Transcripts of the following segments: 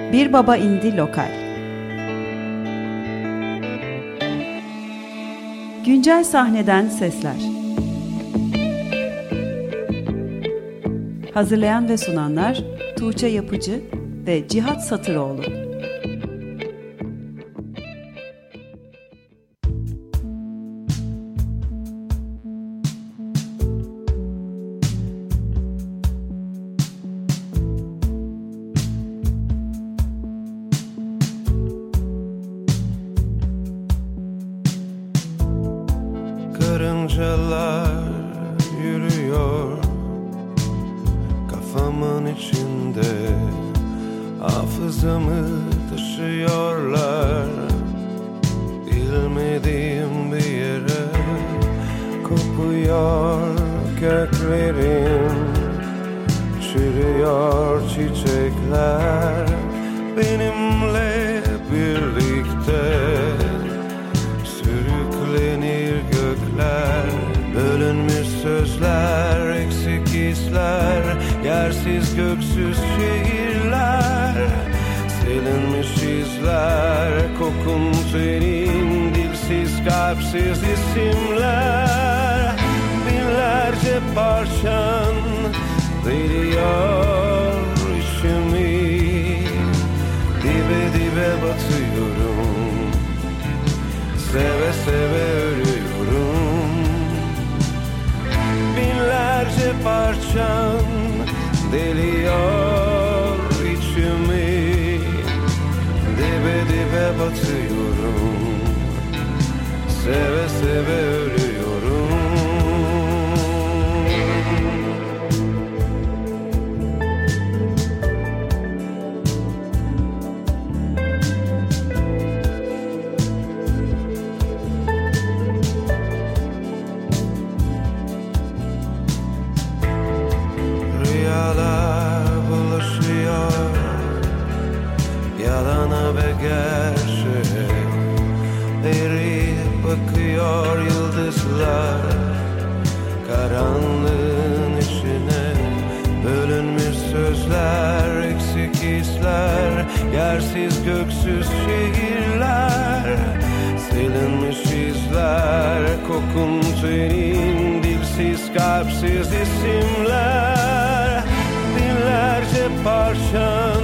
Bir Baba İndi Lokal. Güncel sahneden sesler. Hazırlayan ve sunanlar Tuğçe Yapıcı ve Cihat Satıroğlu. Karıncalar yürüyor kafamın içinde, hafızamı taşıyorlar bilmediğim bir yere. Kopuyor köklerim, çürüyor çiçekler benimle birlikte. Sürüklenir gökler, bölünmüş sözler, eksik hisler, yersiz göksüz şehirler, silinmiş izler, kokun senin, dilsiz kalpsiz isimler. Binlerce parçan veriyor içimi, dibe dibe batıyorum, seve seve ölüyorum. Binlerce parçan deliyor içimi, dibe dibe batıyorum, seve seve ölüyorum. Yalana ve gerçeğe eriyip bakıyor yıldızlar karanlığın içine. Bölünmüş sözler, eksik hisler, yersiz göksüz şehirler, silinmiş izler, kokun senin, dilsiz kalpsiz isimler. Binlerce parçan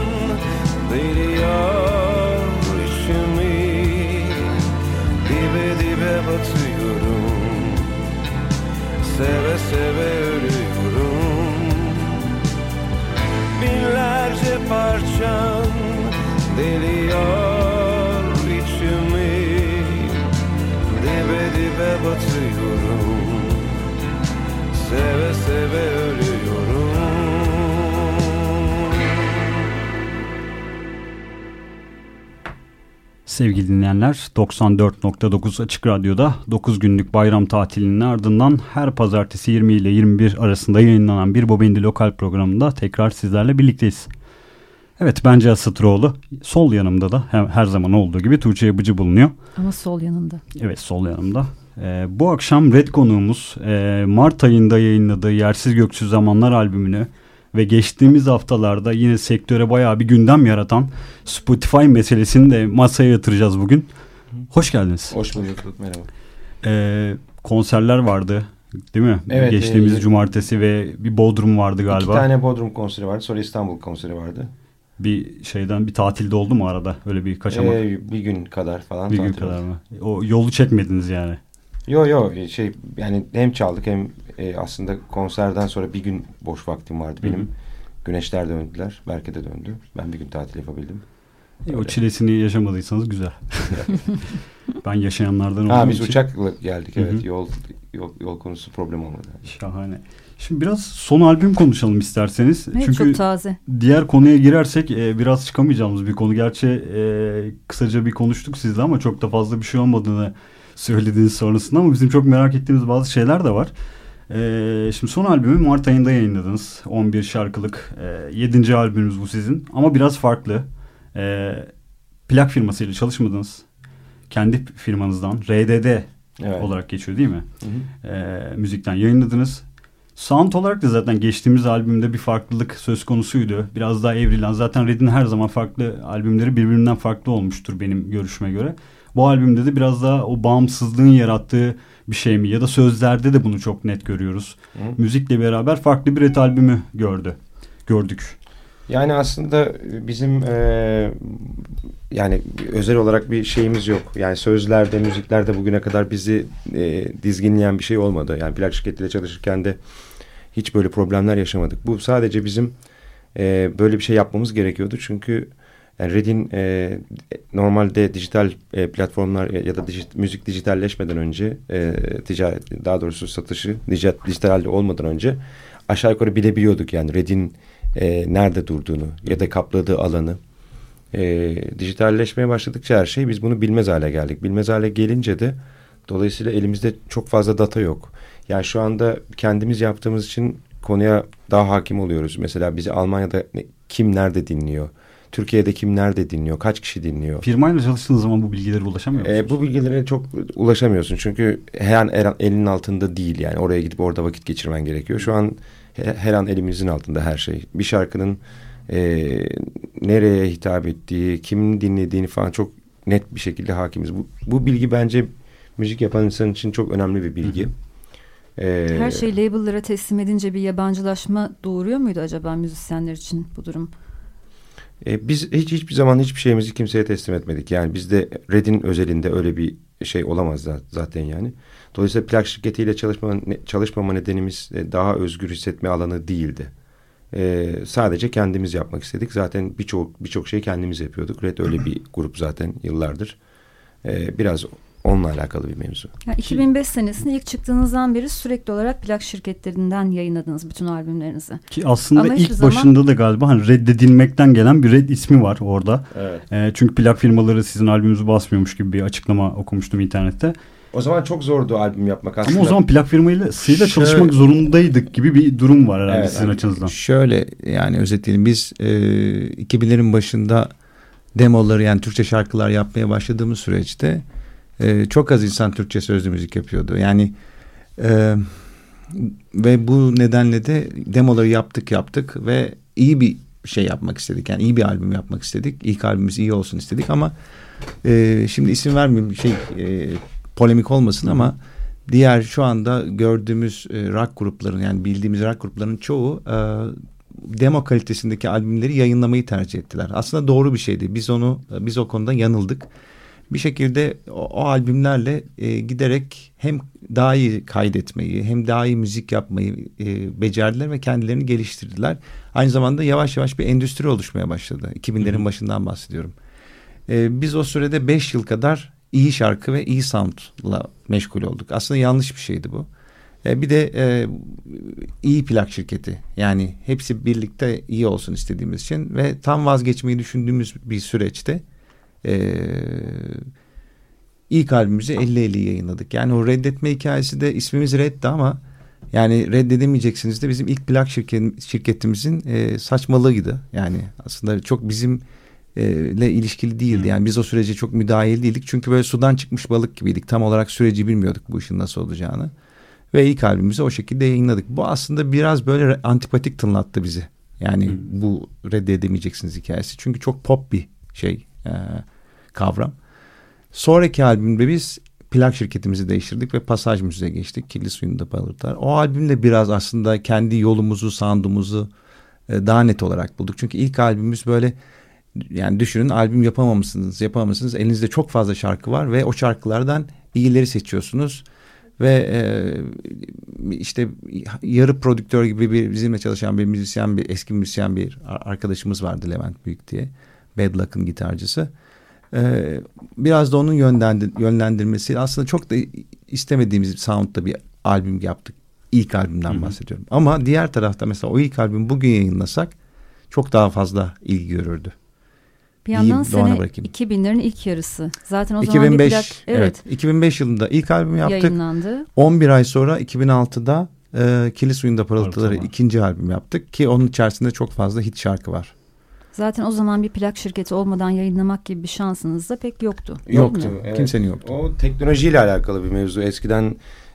veriyor içimi, dibe dibe batıyorum, seve seve ölüyorum. Binlerce parçan deliyor içimi, dibe dibe batıyorum, seve seve ölüyorum. Sevgili dinleyenler, 94.9 Açık Radyo'da 9 günlük bayram tatilinin ardından her pazartesi 20 ile 21 arasında yayınlanan Bir Baba İndi Lokal programında tekrar sizlerle birlikteyiz. Evet, ben Cihat Satıroğlu. Sol yanımda da her zaman olduğu gibi Tuğçe Yapıcı bulunuyor. Ama sol yanında. Evet, sol yanımda. Bu akşam Red konuğumuz Mart ayında yayınladığı Yersiz Göksüz Zamanlar albümünü ve geçtiğimiz haftalarda yine sektöre bayağı bir gündem yaratan Spotify meselesini de masaya yatıracağız bugün. Hoş geldiniz. Hoş bulduk, merhaba. Konserler vardı değil mi? Evet. Geçtiğimiz cumartesi ve bir Bodrum vardı galiba. 2 tane Bodrum konseri vardı, sonra İstanbul konseri vardı. Bir tatilde oldu mu arada? Öyle bir kaçamak. Bir gün kadar falan. Bir gün kadar mı? O yolu çekmediniz yani. Yo yani hem çaldık hem aslında konserden sonra bir gün boş vaktim vardı benim. Hı-hı. Güneşler döndüler, Berke de döndü. Ben bir gün tatil yapabildim. O çilesini yaşamadıysanız güzel. Ben yaşayanlardan olduğum biz için. uçakla geldik, evet. Yol konusu problem olmadı. Şahane. Şimdi biraz son albüm konuşalım isterseniz. Evet, çünkü çok taze. Diğer konuya girersek biraz çıkamayacağımız bir konu. Gerçi kısaca bir konuştuk sizle ama çok da fazla bir şey olmadığını söylediğiniz sonrasında, ama bizim çok merak ettiğimiz bazı şeyler de var. Şimdi son albümü Mart ayında yayınladınız. 11 şarkılık 7. albümünüz bu sizin. Ama biraz farklı. Plak firmasıyla çalışmadınız. Kendi firmanızdan RDD olarak geçiyor değil mi? Müzikten yayınladınız. Sound olarak da zaten geçtiğimiz albümde bir farklılık söz konusuydu. Biraz daha evrilen. Zaten Red'in her zaman farklı albümleri birbirinden farklı olmuştur benim görüşüme göre. Bu albümde de biraz daha o bağımsızlığın yarattığı bir şey mi? Ya da sözlerde de bunu çok net görüyoruz. Müzikle beraber farklı bir Red albümü gördük. Yani aslında bizim yani özel olarak bir şeyimiz yok. Yani sözlerde, müziklerde bugüne kadar bizi dizginleyen bir şey olmadı. Yani plak şirketiyle çalışırken de hiç böyle problemler yaşamadık. Bu sadece bizim böyle bir şey yapmamız gerekiyordu. Çünkü yani Red'in normalde dijital platformlar ya da müzik dijitalleşmeden önce ticaret, daha doğrusu satışı dijital halde olmadan önce aşağı yukarı bilebiliyorduk yani Red'in nerede durduğunu ya da kapladığı alanı. Dijitalleşmeye başladıkça her şey biz bunu bilmez hale geldik. Bilmez hale gelince de dolayısıyla elimizde çok fazla data yok. Yani şu anda kendimiz yaptığımız için konuya daha hakim oluyoruz. Mesela bizi Almanya'da kim nerede dinliyor? Türkiye'de kim nerede dinliyor? Kaç kişi dinliyor? Firmayla çalıştığınız zaman bu bilgilere ulaşamıyor musunuz? Bu bilgilere çok ulaşamıyorsun. Çünkü her an elinin altında değil. Yani oraya gidip orada vakit geçirmen gerekiyor. Şu an her an elimizin altında her şey. Bir şarkının nereye hitap ettiği, kimin dinlediğini falan çok net bir şekilde hakimiz. Bu bilgi bence müzik yapan insan için çok önemli bir bilgi. Her şey label'lara teslim edince bir yabancılaşma doğuruyor muydu acaba müzisyenler için bu durum? Biz hiçbir zaman hiçbir şeyimizi kimseye teslim etmedik. Yani bizde Red'in özelinde öyle bir şey olamaz zaten yani. Dolayısıyla plak şirketiyle çalışmama nedenimiz daha özgür hissetme alanı değildi. Sadece kendimiz yapmak istedik. Zaten birçok şey kendimiz yapıyorduk. Red öyle bir grup zaten yıllardır. Biraz onunla alakalı bir mevzu. Yani 2005 senesinde ilk çıktığınızdan beri sürekli olarak plak şirketlerinden yayınladınız bütün albümlerinizi. Ki aslında ama ilk başında da galiba hani reddedilmekten gelen bir Red ismi var orada. Evet. Çünkü plak firmaları sizin albümünüzü basmıyormuş gibi bir açıklama okumuştum internette. O zaman çok zordu albüm yapmak aslında. Ama o zaman plak firmayla çalışmak zorundaydık gibi bir durum var herhalde sizin açınızdan. Şöyle yani özetleyelim. Biz 2000'lerin başında demoları yani Türkçe şarkılar yapmaya başladığımız süreçte çok az insan Türkçe sözlü müzik yapıyordu. Yani ve bu nedenle de demoları yaptık ve iyi bir şey yapmak istedik. Yani iyi bir albüm yapmak istedik. İlk albümümüz iyi olsun istedik ama şimdi isim vermeyeyim polemik olmasın ama diğer şu anda gördüğümüz rock grupların yani bildiğimiz rock grupların çoğu demo kalitesindeki albümleri yayınlamayı tercih ettiler. Aslında doğru bir şeydi. Biz o konuda yanıldık. Bir şekilde o albümlerle giderek hem daha iyi kaydetmeyi hem daha iyi müzik yapmayı becerdiler ve kendilerini geliştirdiler. Aynı zamanda yavaş yavaş bir endüstri oluşmaya başladı. 2000'lerin başından bahsediyorum. Biz o sürede 5 yıl kadar iyi şarkı ve iyi soundla meşgul olduk. Aslında yanlış bir şeydi bu. Bir de iyi plak şirketi. Yani hepsi birlikte iyi olsun istediğimiz için ve tam vazgeçmeyi düşündüğümüz bir süreçte ilk albümümüzü 50-50 yayınladık. Yani o reddetme hikayesi de ismimiz Red'di ama yani reddedemeyeceksiniz de bizim ilk plak şirketimizin saçmalığıydı. Yani aslında çok bizimle ilişkili değildi. Yani biz o sürece çok müdahil değildik. Çünkü böyle sudan çıkmış balık gibiydik. Tam olarak süreci bilmiyorduk bu işin nasıl olacağını. Ve ilk albümümüzü o şekilde yayınladık. Bu aslında biraz böyle antipatik tınlattı bizi. Yani bu reddedemeyeceksiniz hikayesi. Çünkü çok pop bir kavram. Sonraki albümde biz plak şirketimizi değiştirdik ve Pasaj Müziğe geçtik. Kirli Suyunda Balıklar. O albümle biraz aslında kendi yolumuzu, sound'umuzu daha net olarak bulduk. Çünkü ilk albümümüz böyle yani düşünün albüm yapamamışsınız. Elinizde çok fazla şarkı var ve o şarkılardan iyileri seçiyorsunuz. Ve işte yarı prodüktör gibi bizimle çalışan bir müzisyen, eski müzisyen bir arkadaşımız vardı Levent Büyük diye. Bad Luck'ın gitarcısı. Biraz da onun yönlendirmesiyle aslında çok da istemediğimiz sound'da bir albüm yaptık. İlk albümden bahsediyorum. Ama diğer tarafta mesela o ilk albüm bugün yayınlasak çok daha fazla ilgi görürdü. Bir yandan sene 2000'lerin ilk yarısı. Zaten o 2005, zaman evet 2005 yılında ilk albüm yaptık. Yayınlandı. 11 ay sonra 2006'da Kirli Suyunda Parıltıları ikinci albüm yaptık ki onun içerisinde çok fazla hit şarkı var. Zaten o zaman bir plak şirketi olmadan yayınlamak gibi bir şansınız da pek yoktu. Yoktu. Evet. Kimsenin yoktu. O teknolojiyle alakalı bir mevzu. Eskiden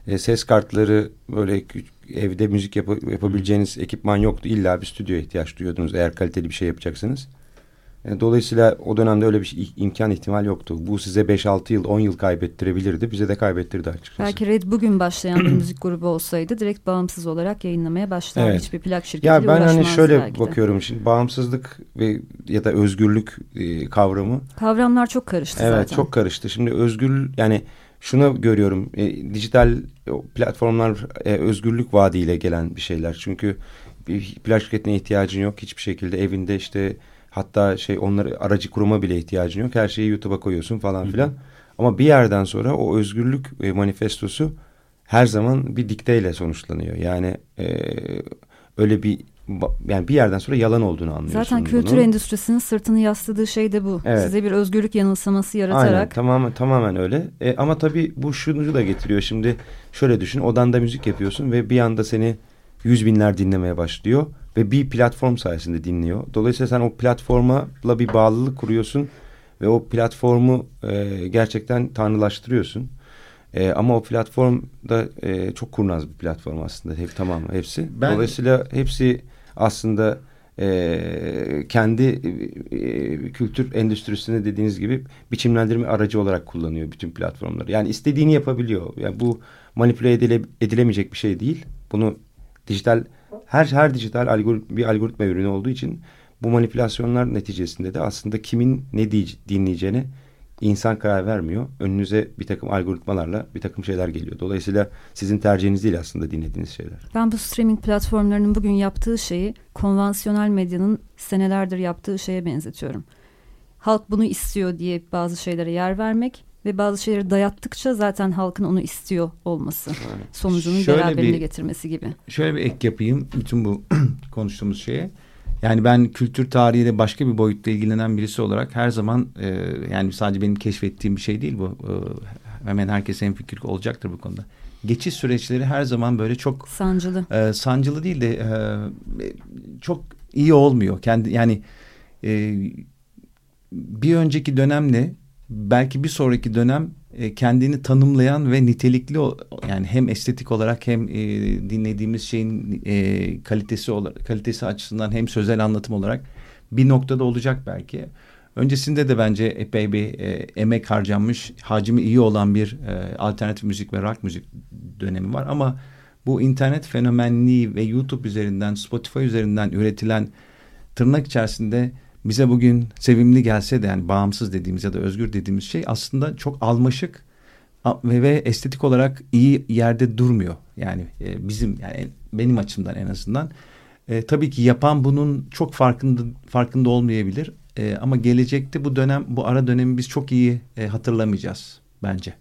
ses kartları, böyle evde müzik yapabileceğiniz ekipman yoktu. İlla bir stüdyoya ihtiyaç duyuyordunuz eğer kaliteli bir şey yapacaksınız. Dolayısıyla o dönemde öyle bir imkan ihtimal yoktu. Bu size 5-6 yıl, 10 yıl kaybettirebilirdi. Bize de kaybettirdi açıkçası. Belki Red bugün başlayan bir müzik grubu olsaydı direkt bağımsız olarak yayınlamaya başlar. Evet. Hiçbir plak şirketiyle uğraşmazdı. Ya ben hani şöyle belki bakıyorum şimdi, bağımsızlık ya da özgürlük kavramı. Kavramlar çok karıştı zaten. Evet, çok karıştı. Şimdi yani şunu görüyorum. Dijital platformlar özgürlük vaadiyle gelen bir şeyler. Çünkü bir plak şirketine ihtiyacın yok. Hiçbir şekilde evinde işte, hatta onları aracı kuruma bile ihtiyacın yok. Her şeyi YouTube'a koyuyorsun falan filan. Ama bir yerden sonra o özgürlük manifestosu her zaman bir dikteyle sonuçlanıyor. Yani öyle yani bir yerden sonra yalan olduğunu anlıyorsun. Zaten kültür endüstrisinin sırtını yasladığı şey de bu. Evet. Size bir özgürlük yanılsaması yaratarak. Aynen, tamamen öyle. Ama tabii bu şunu da getiriyor. Şimdi şöyle düşün, odanda müzik yapıyorsun ve bir anda seni 100 binler dinlemeye başlıyor. Ve bir platform sayesinde dinliyor. Dolayısıyla sen o platformla bir bağlılık kuruyorsun. Ve o platformu gerçekten tanrılaştırıyorsun. Ama o platform da çok kurnaz bir platform aslında. Hepsi. Dolayısıyla hepsi aslında kendi kültür endüstrisini dediğiniz gibi biçimlendirme aracı olarak kullanıyor bütün platformları. Yani istediğini yapabiliyor. Yani bu manipüle edilemeyecek bir şey değil. Bunu dijital, her dijital bir algoritma ürünü olduğu için bu manipülasyonlar neticesinde de aslında kimin ne dinleyeceğine insan karar vermiyor. Önünüze bir takım algoritmalarla bir takım şeyler geliyor. Dolayısıyla sizin tercihiniz değil aslında dinlediğiniz şeyler. Ben bu streaming platformlarının bugün yaptığı şeyi konvansiyonel medyanın senelerdir yaptığı şeye benzetiyorum. Halk bunu istiyor diye bazı şeylere yer vermek ve bazı şeyleri dayattıkça zaten halkın onu istiyor olması sonucunun beraberinde getirmesi gibi. Şöyle bir ek yapayım bütün bu konuştuğumuz şeye. Yani ben kültür tarihiyle başka bir boyutta ilgilenen birisi olarak her zaman yani sadece benim keşfettiğim bir şey değil bu. Hemen herkes hemfikir olacaktır bu konuda. Geçiş süreçleri her zaman böyle çok sancılı. Sancılı değil de çok iyi olmuyor. Yani bir önceki dönemle belki bir sonraki dönem kendini tanımlayan ve nitelikli, yani hem estetik olarak hem dinlediğimiz şeyin kalitesi açısından hem sözel anlatım olarak bir noktada olacak belki. Öncesinde de bence epey bir emek harcanmış, hacmi iyi olan bir alternatif müzik ve rock müzik dönemi var. Ama bu internet fenomenliği ve YouTube üzerinden, Spotify üzerinden üretilen, tırnak içerisinde bize bugün sevimli gelse de, yani bağımsız dediğimiz ya da özgür dediğimiz şey aslında çok almaşık ve estetik olarak iyi yerde durmuyor. Yani benim açımdan en azından. Tabii ki yapan bunun çok farkında olmayabilir. Ama gelecekte bu ara dönemi biz çok iyi hatırlamayacağız bence.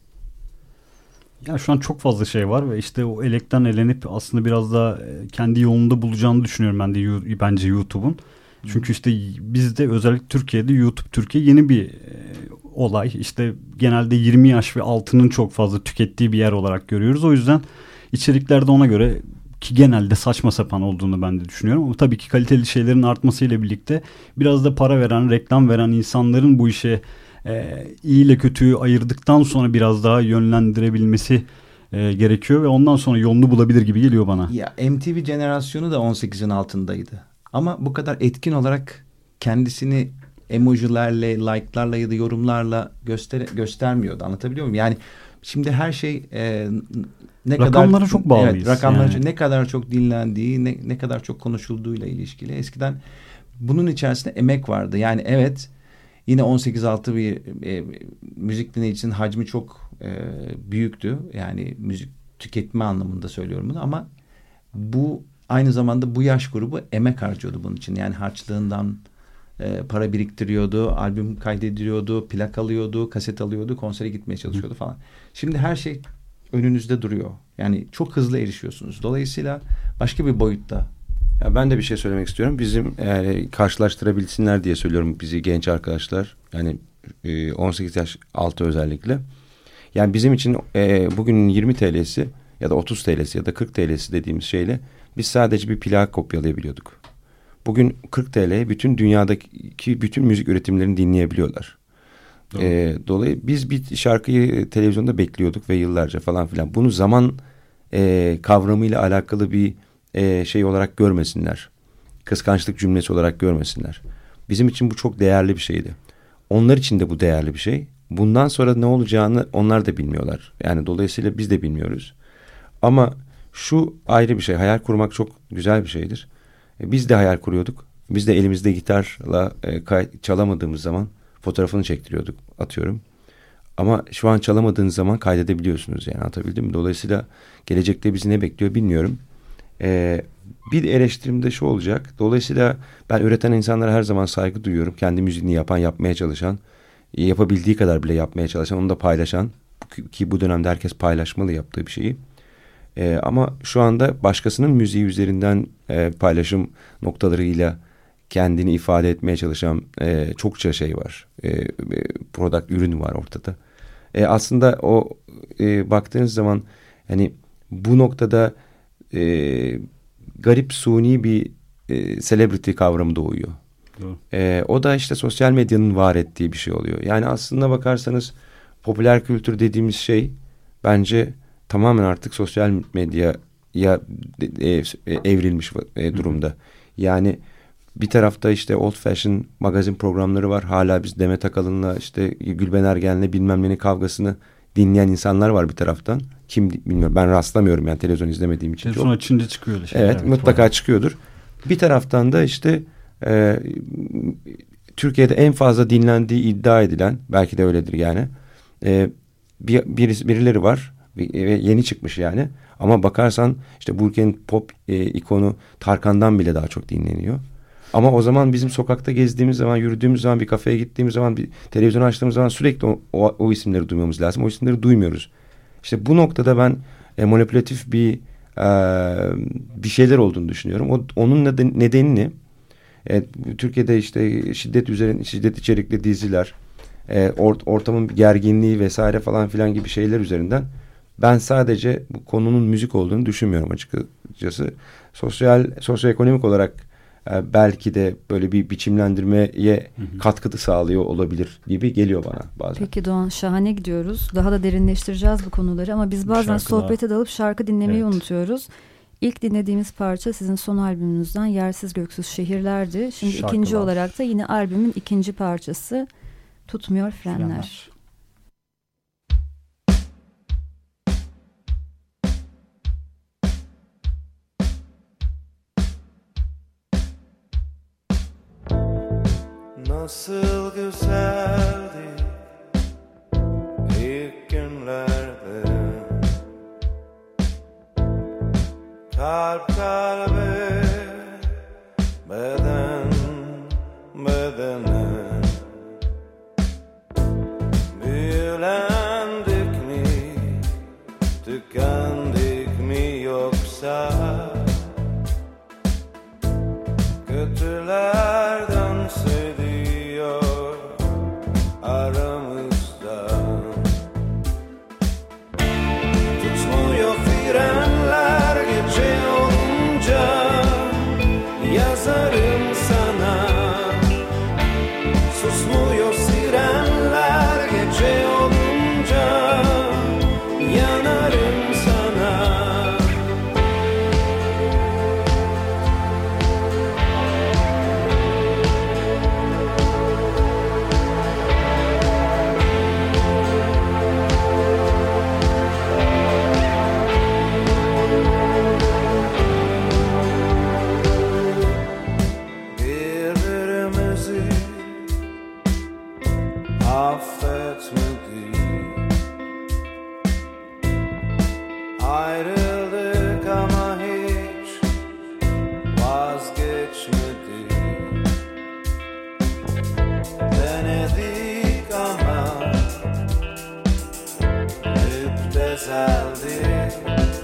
Ya şu an çok fazla şey var ve işte o elekten elenip aslında biraz daha kendi yolunda bulacağını düşünüyorum ben de bence YouTube'un. Çünkü işte bizde özellikle Türkiye'de YouTube Türkiye yeni bir olay. İşte genelde 20 yaş ve altının çok fazla tükettiği bir yer olarak görüyoruz. O yüzden içeriklerde ona göre, ki genelde saçma sapan olduğunu ben de düşünüyorum. Ama tabii ki kaliteli şeylerin artmasıyla birlikte biraz da para veren, reklam veren insanların bu işe iyi ile kötüyü ayırdıktan sonra biraz daha yönlendirebilmesi gerekiyor ve ondan sonra yolunu bulabilir gibi geliyor bana. Ya MTV jenerasyonu da 18'in altındaydı. Ama bu kadar etkin olarak kendisini emojilerle, like'larla ya da yorumlarla göstermiyordu. Anlatabiliyor muyum? Yani şimdi her şey rakamlara çok bağlıyız. Evet, rakamlara yani. Ne kadar çok dinlendiği, ne kadar çok konuşulduğuyla ilişkili. Eskiden bunun içerisinde emek vardı. Yani evet, yine 18-6 bir müzik dinleyicisinin hacmi çok büyüktü. Yani müzik tüketme anlamında söylüyorum bunu, ama bu aynı zamanda bu yaş grubu emek harcıyordu bunun için. Yani harçlığından para biriktiriyordu, albüm kaydediliyordu, plak alıyordu, kaset alıyordu, konsere gitmeye çalışıyordu falan. Şimdi her şey önünüzde duruyor. Yani çok hızlı erişiyorsunuz. Dolayısıyla başka bir boyutta. Ya ben de bir şey söylemek istiyorum. Bizim karşılaştırabilsinler diye söylüyorum, bizi genç arkadaşlar. Yani 18 yaş altı özellikle. Yani bizim için bugünün 20 TL'si ya da 30 TL'si ya da 40 TL'si dediğimiz şeyle biz sadece bir plak kopyalayabiliyorduk. Bugün 40 TL bütün dünyadaki bütün müzik üretimlerini dinleyebiliyorlar. Dolayısıyla biz bir şarkıyı televizyonda bekliyorduk ve yıllarca falan filan. Bunu zaman kavramıyla alakalı bir şey olarak görmesinler. Kıskançlık cümlesi olarak görmesinler. Bizim için bu çok değerli bir şeydi. Onlar için de bu değerli bir şey. Bundan sonra ne olacağını onlar da bilmiyorlar. Yani dolayısıyla biz de bilmiyoruz. Ama şu ayrı bir şey. Hayal kurmak çok güzel bir şeydir. Biz de hayal kuruyorduk. Biz de elimizde gitarla çalamadığımız zaman fotoğrafını çektiriyorduk, atıyorum. Ama şu an çalamadığınız zaman kaydedebiliyorsunuz, yani anlatabildim mi? Dolayısıyla gelecekte bizi ne bekliyor bilmiyorum. Bir eleştirim de şu olacak. Dolayısıyla ben üreten insanlara her zaman saygı duyuyorum. Kendi müziğini yapan, yapmaya çalışan, yapabildiği kadar bile yapmaya çalışan, onu da paylaşan, ki bu dönemde herkes paylaşmalı yaptığı bir şeyi. Ama şu anda başkasının müziği üzerinden paylaşım noktalarıyla kendini ifade etmeye çalışan çokça şey var. Product, ürün var ortada. Aslında o baktığınız zaman hani bu noktada garip suni bir celebrity kavramı doğuyor. O da işte sosyal medyanın var ettiği bir şey oluyor. Yani aslında bakarsanız popüler kültür dediğimiz şey bence tamamen artık sosyal medyaya evrilmiş durumda. Yani bir tarafta işte old fashion magazin programları var. Hala biz Demet Akalın'la işte Gülben Ergen'le bilmem nenin kavgasını dinleyen insanlar var bir taraftan. Kim bilmiyorum, ben rastlamıyorum yani televizyon izlemediğim için. Televizyon açınca çıkıyor öyle şeyler. Evet, mutlaka var. Çıkıyordur. Bir taraftan da işte Türkiye'de en fazla dinlendiği iddia edilen, belki de öyledir yani, birileri var ve yeni çıkmış yani. Ama bakarsan işte bu ülkenin pop ikonu Tarkan'dan bile daha çok dinleniyor. Ama o zaman bizim sokakta gezdiğimiz zaman, yürüdüğümüz zaman, bir kafeye gittiğimiz zaman, bir televizyon açtığımız zaman sürekli o isimleri duymamız lazım. O isimleri duymuyoruz. İşte bu noktada ben manipülatif bir şeyler olduğunu düşünüyorum. Onun nedenini Türkiye'de işte şiddet içerikli diziler, ortamın gerginliği vesaire falan filan gibi şeyler üzerinden ben sadece bu konunun müzik olduğunu düşünmüyorum açıkçası. Sosyoekonomik olarak belki de böyle bir biçimlendirmeye katkıda sağlıyor olabilir gibi geliyor bana bazen. Peki Doğan, şahane gidiyoruz. Daha da derinleştireceğiz bu konuları ama biz bazen sohbete dalıp şarkı dinlemeyi unutuyoruz. İlk dinlediğimiz parça sizin son albümünüzden Yersiz Göksüz Şehirler'di. Şimdi ikinci olarak da yine albümün ikinci parçası Tutmuyor Frenler. Nasıl güzeldi ilk günlerde, kalp kalbe, beden bedene, büyülendik mi, tükendik mi yoksa kötüler dans ediyor aramızda. Tutmuyor frenler gece olunca, yazarım sana. Susmuyor sirenler gece olunca, yanarım sana. Birbirimizi affetmedik, ayrıldık ama hiç vazgeçmedik. Denedik ama müptezeldik.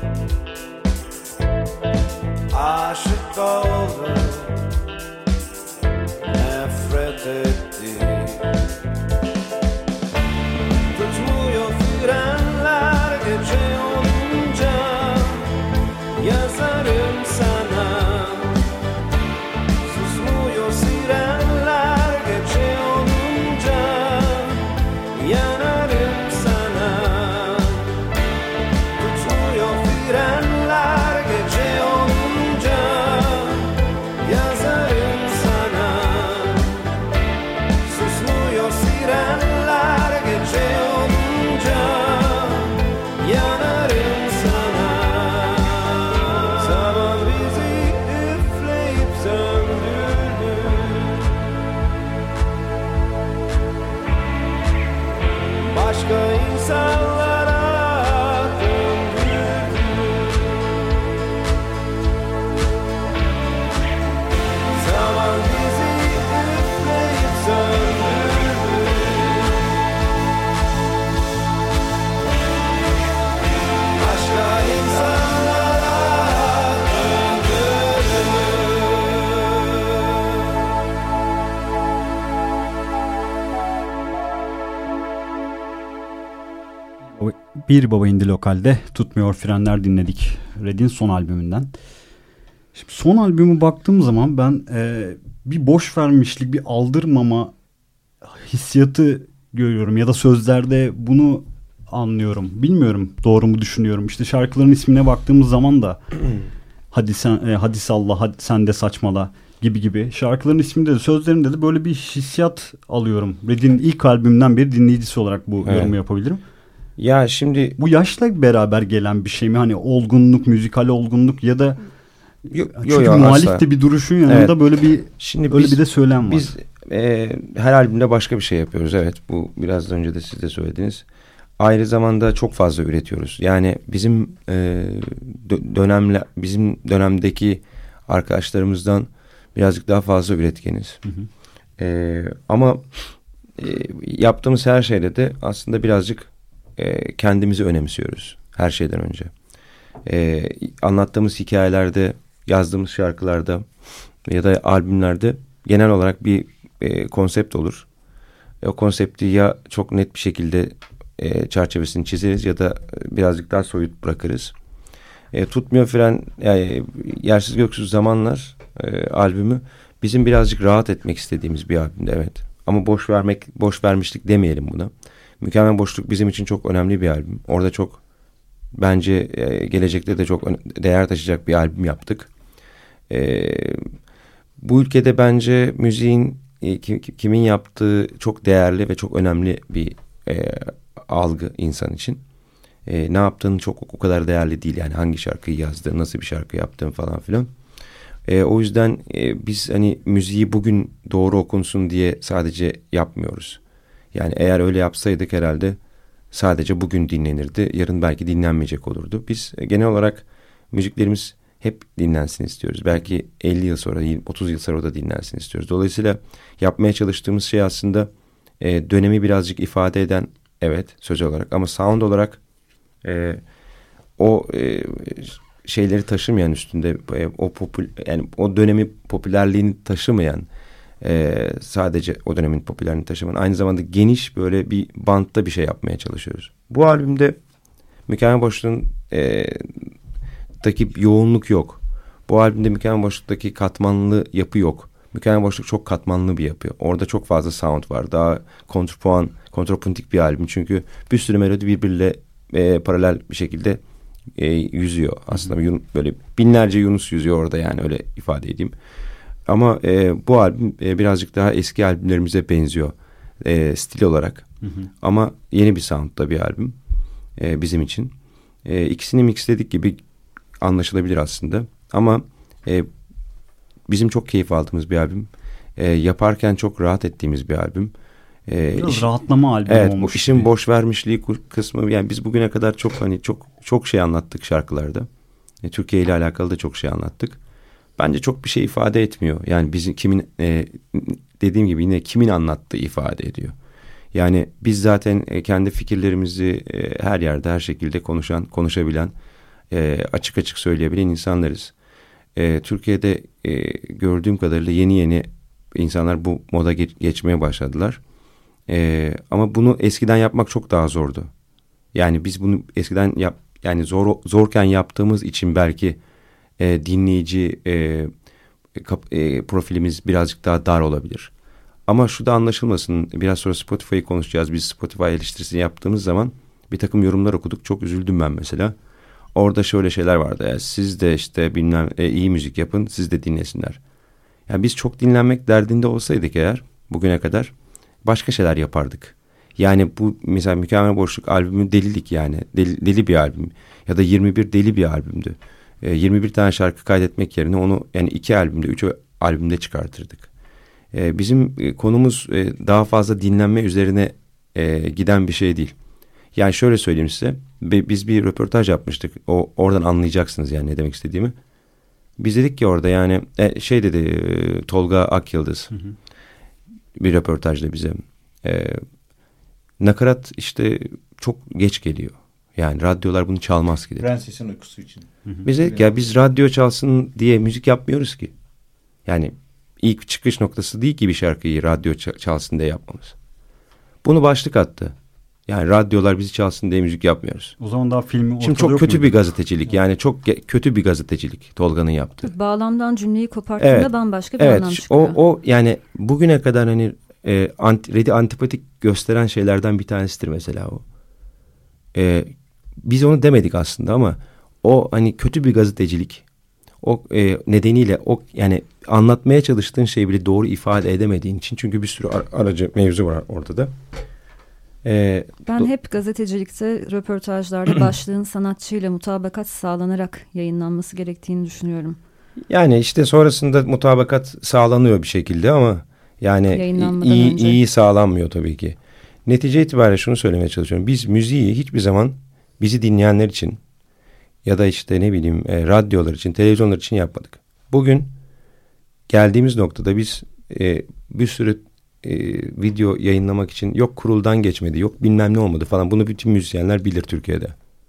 Aşık olduk, nefret ettik. Tutmuyor frenler gece olunca, yazarım sana. Susmuyor sirenler gece olunca, yanarım sana. Tutmuyor frenler Bir Baba İndi Lokal'de Tutmuyor Frenler dinledik. Red'in son albümünden. Şimdi son albümü baktığım zaman ben bir boş vermişlik, bir aldırmama hissiyatı görüyorum. Ya da sözlerde bunu anlıyorum. Bilmiyorum, doğru mu düşünüyorum. İşte şarkıların ismine baktığımız zaman da hadi salla, hadi sen de saçmala gibi. Şarkıların isminde de sözlerinde de böyle bir hissiyat alıyorum. Red'in ilk albümünden beri dinleyicisi olarak bu yorumu yapabilirim. Ya şimdi bu yaşla beraber gelen bir şey mi? Hani olgunluk, müzikal olgunluk ya da çünkü muhalif de bir duruşun yanında böyle bir şimdi öyle bir de söylem var. Biz her albümde başka bir şey yapıyoruz. Evet, bu biraz önce de siz de söylediniz. Aynı zamanda çok fazla üretiyoruz. Yani bizim bizim dönemdeki arkadaşlarımızdan birazcık daha fazla üretkeniz. Ama yaptığımız her şeyde de aslında birazcık kendimizi önemsiyoruz her şeyden önce. Anlattığımız hikayelerde, yazdığımız şarkılarda ya da albümlerde genel olarak bir konsept olur. O konsepti ya çok net bir şekilde çerçevesini çizeriz ya da birazcık daha soyut bırakırız. Tutmuyor Fren, yani Yersiz Göksüz Zamanlar albümü bizim birazcık rahat etmek istediğimiz bir albümdü, evet. Ama boş vermişlik demeyelim buna. Mükemmel Boşluk bizim için çok önemli bir albüm. Orada çok bence gelecekte de çok değer taşıyacak bir albüm yaptık. Bu ülkede bence müziğin kimin yaptığı çok değerli ve çok önemli bir algı insan için. Ne yaptığın çok o kadar değerli değil. Yani hangi şarkıyı yazdığın, nasıl bir şarkı yaptığın falan filan. O yüzden biz hani müziği bugün doğru okunsun diye sadece yapmıyoruz. Yani eğer öyle yapsaydık herhalde sadece bugün dinlenirdi. Yarın belki dinlenmeyecek olurdu. Biz genel olarak müziklerimiz hep dinlensin istiyoruz. Belki 50 yıl sonra, 30 yıl sonra da dinlensin istiyoruz. Dolayısıyla yapmaya çalıştığımız şey aslında dönemi birazcık ifade eden, evet, söz olarak, ama sound olarak o şeyleri taşımayan, üstünde yani o dönemi popülerliğini taşımayan, sadece o dönemin popülerliğini taşımayan, aynı zamanda geniş böyle bir bantta bir şey yapmaya çalışıyoruz. Bu albümde Mükemmel Boşluğun daki yoğunluk yok. Bu albümde Mükemmel Boşluk'taki katmanlı yapı yok. Mükemmel Boşluk çok katmanlı bir yapı. Orada çok fazla sound var. Daha kontrapuntik bir albüm. Çünkü bir sürü melodi birbiriyle paralel bir şekilde yüzüyor. Aslında böyle binlerce Yunus yüzüyor orada, yani öyle ifade edeyim. Ama bu albüm birazcık daha eski albümlerimize benziyor stil olarak. Ama yeni bir sound'da bir albüm bizim için. İkisini mixledik gibi anlaşılabilir aslında. Ama bizim çok keyif aldığımız bir albüm. Yaparken çok rahat ettiğimiz bir albüm. Biraz rahatlama albümü olmuş. Evet, bu işin boş vermişliği kısmı, yani biz bugüne kadar çok şey anlattık şarkılarda. Türkiye ile alakalı da çok şey anlattık. Bence çok bir şey ifade etmiyor. Yani bizim dediğim gibi yine kimin anlattığı ifade ediyor. Yani biz zaten kendi fikirlerimizi her yerde, her şekilde konuşabilen, açık açık söyleyebilen insanlarız. Türkiye'de gördüğüm kadarıyla yeni insanlar bu moda geçmeye başladılar. Ama bunu eskiden yapmak çok daha zordu. Yani biz bunu eskiden zorken yaptığımız için belki dinleyici profilimiz birazcık daha dar olabilir. Ama şu da anlaşılmasın, biraz sonra Spotify'ı konuşacağız. Biz Spotify eleştirisini yaptığımız zaman bir takım yorumlar okuduk. Çok üzüldüm ben mesela. Orada şöyle şeyler vardı. Yani siz de işte bilmem iyi müzik yapın, siz de dinlesinler. Yani biz çok dinlenmek derdinde olsaydık eğer bugüne kadar başka şeyler yapardık. Yani bu mesela Mükemmel Boşluk albümü delilik, yani deli bir albüm. Ya da 21 deli bir albümdü. 21 tane şarkı kaydetmek yerine onu yani 2 albümde, 3 albümde çıkartırdık. Bizim konumuz daha fazla dinlenme üzerine giden bir şey değil. Yani şöyle söyleyeyim size. Biz bir röportaj yapmıştık. Oradan anlayacaksınız yani ne demek istediğimi. Biz dedik ki orada, yani dedi Tolga Akyıldız bir röportajda bize. Nakarat işte çok geç geliyor. Yani radyolar bunu çalmaz ki dedi. Prensesin uykusu için. Biz dedik ya, biz radyo çalsın diye müzik yapmıyoruz ki. Yani ilk çıkış noktası değil ki bir şarkıyı radyo çalsın diye yapmamız. Bunu başlık attı. Yani radyolar bizi çalsın diye müzik yapmıyoruz. O zaman daha filmi ortada Şimdi çok yok kötü muydu? bir gazetecilik. Yani çok kötü bir gazetecilik Tolga'nın yaptığı. Bağlamdan cümleyi koparttığında Evet. bambaşka bir Evet. anlam çıkıyor. O yani bugüne kadar hani Red'i antipatik gösteren şeylerden bir tanesidir mesela o. Biz onu demedik aslında ama o hani kötü bir gazetecilik. O nedeniyle o yani anlatmaya çalıştığın şeyi bile doğru ifade edemediğin için, çünkü bir sürü aracı mevzu var ortada. Ben hep gazetecilikte, röportajlarda başlığın sanatçıyla mutabakat sağlanarak yayınlanması gerektiğini düşünüyorum. Yani işte sonrasında mutabakat sağlanıyor bir şekilde ama yani iyi sağlanmıyor tabii ki. Netice itibariyle şunu söylemeye çalışıyorum. Biz müziği hiçbir zaman bizi dinleyenler için ya da işte ne bileyim radyolar için, televizyonlar için yapmadık. Bugün geldiğimiz noktada biz bir sürü video yayınlamak için yok kuruldan geçmedi, yok bilmem ne olmadı falan. Bunu bütün müzisyenler bilir Türkiye'de.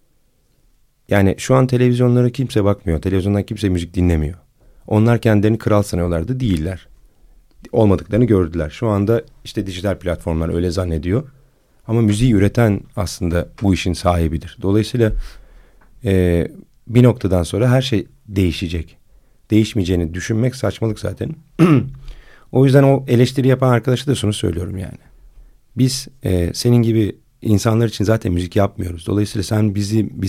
Yani şu an televizyonlara kimse bakmıyor. Televizyondan kimse müzik dinlemiyor. Onlar kendilerini kral sanıyorlardı, değiller. Olmadıklarını gördüler. Şu anda işte dijital platformlar öyle zannediyor. Ama müziği üreten aslında bu işin sahibidir. Dolayısıyla bir noktadan sonra her şey değişecek. Değişmeyeceğini düşünmek saçmalık zaten. O yüzden o eleştiri yapan arkadaşa da şunu söylüyorum yani. Biz senin gibi insanlar için zaten müzik yapmıyoruz. Dolayısıyla sen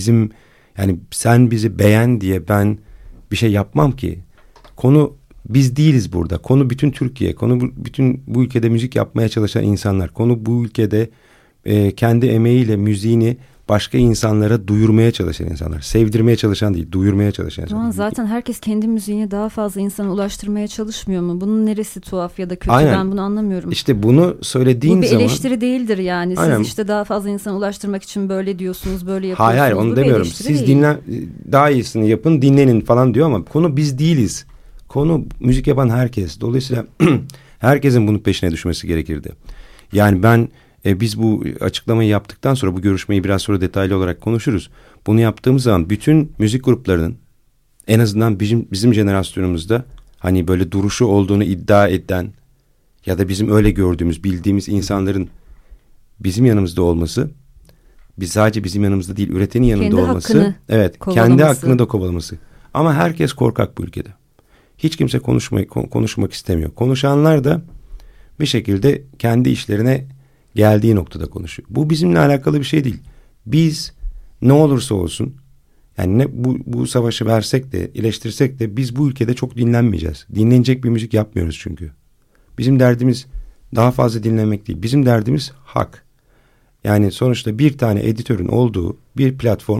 sen bizi beğen diye ben bir şey yapmam ki. Konu biz değiliz burada. Konu bütün Türkiye. Konu bütün bu ülkede müzik yapmaya çalışan insanlar. Konu bu ülkede kendi emeğiyle müziğini başka insanlara duyurmaya çalışan insanlar. Sevdirmeye çalışan değil, duyurmaya çalışan insanlar. Zaten herkes kendi müziğini daha fazla insana ulaştırmaya çalışmıyor mu? Bunun neresi tuhaf ya da kötü? Aynen. Ben bunu anlamıyorum. İşte bunu söylediğin zaman... Bu bir eleştiri değildir yani. Siz Aynen. işte daha fazla insana ulaştırmak için böyle diyorsunuz, böyle yapıyorsunuz. Hayır onu demiyorum. Siz daha iyisini yapın, dinlenin falan diyor ama konu biz değiliz. Konu müzik yapan herkes. Dolayısıyla herkesin bunun peşine düşmesi gerekirdi. Yani biz bu açıklamayı yaptıktan sonra, bu görüşmeyi biraz sonra detaylı olarak konuşuruz. Bunu yaptığımız zaman bütün müzik gruplarının, en azından bizim jenerasyonumuzda hani böyle duruşu olduğunu iddia eden ya da bizim öyle gördüğümüz, bildiğimiz insanların bizim yanımızda olması, sadece bizim yanımızda değil, üretenin yanında kendi olması, evet, kendi hakkını da kovalaması. Ama herkes korkak bu ülkede. Hiç kimse konuşmak istemiyor. Konuşanlar da bir şekilde kendi işlerine geldiği noktada konuşuyor. Bu bizimle alakalı bir şey değil. Biz ne olursa olsun, yani bu savaşı versek de, eleştirsek de biz bu ülkede çok dinlenmeyeceğiz. Dinlenecek bir müzik yapmıyoruz çünkü. Bizim derdimiz daha fazla dinlenmek değil. Bizim derdimiz hak. Yani sonuçta bir tane editörün olduğu bir platform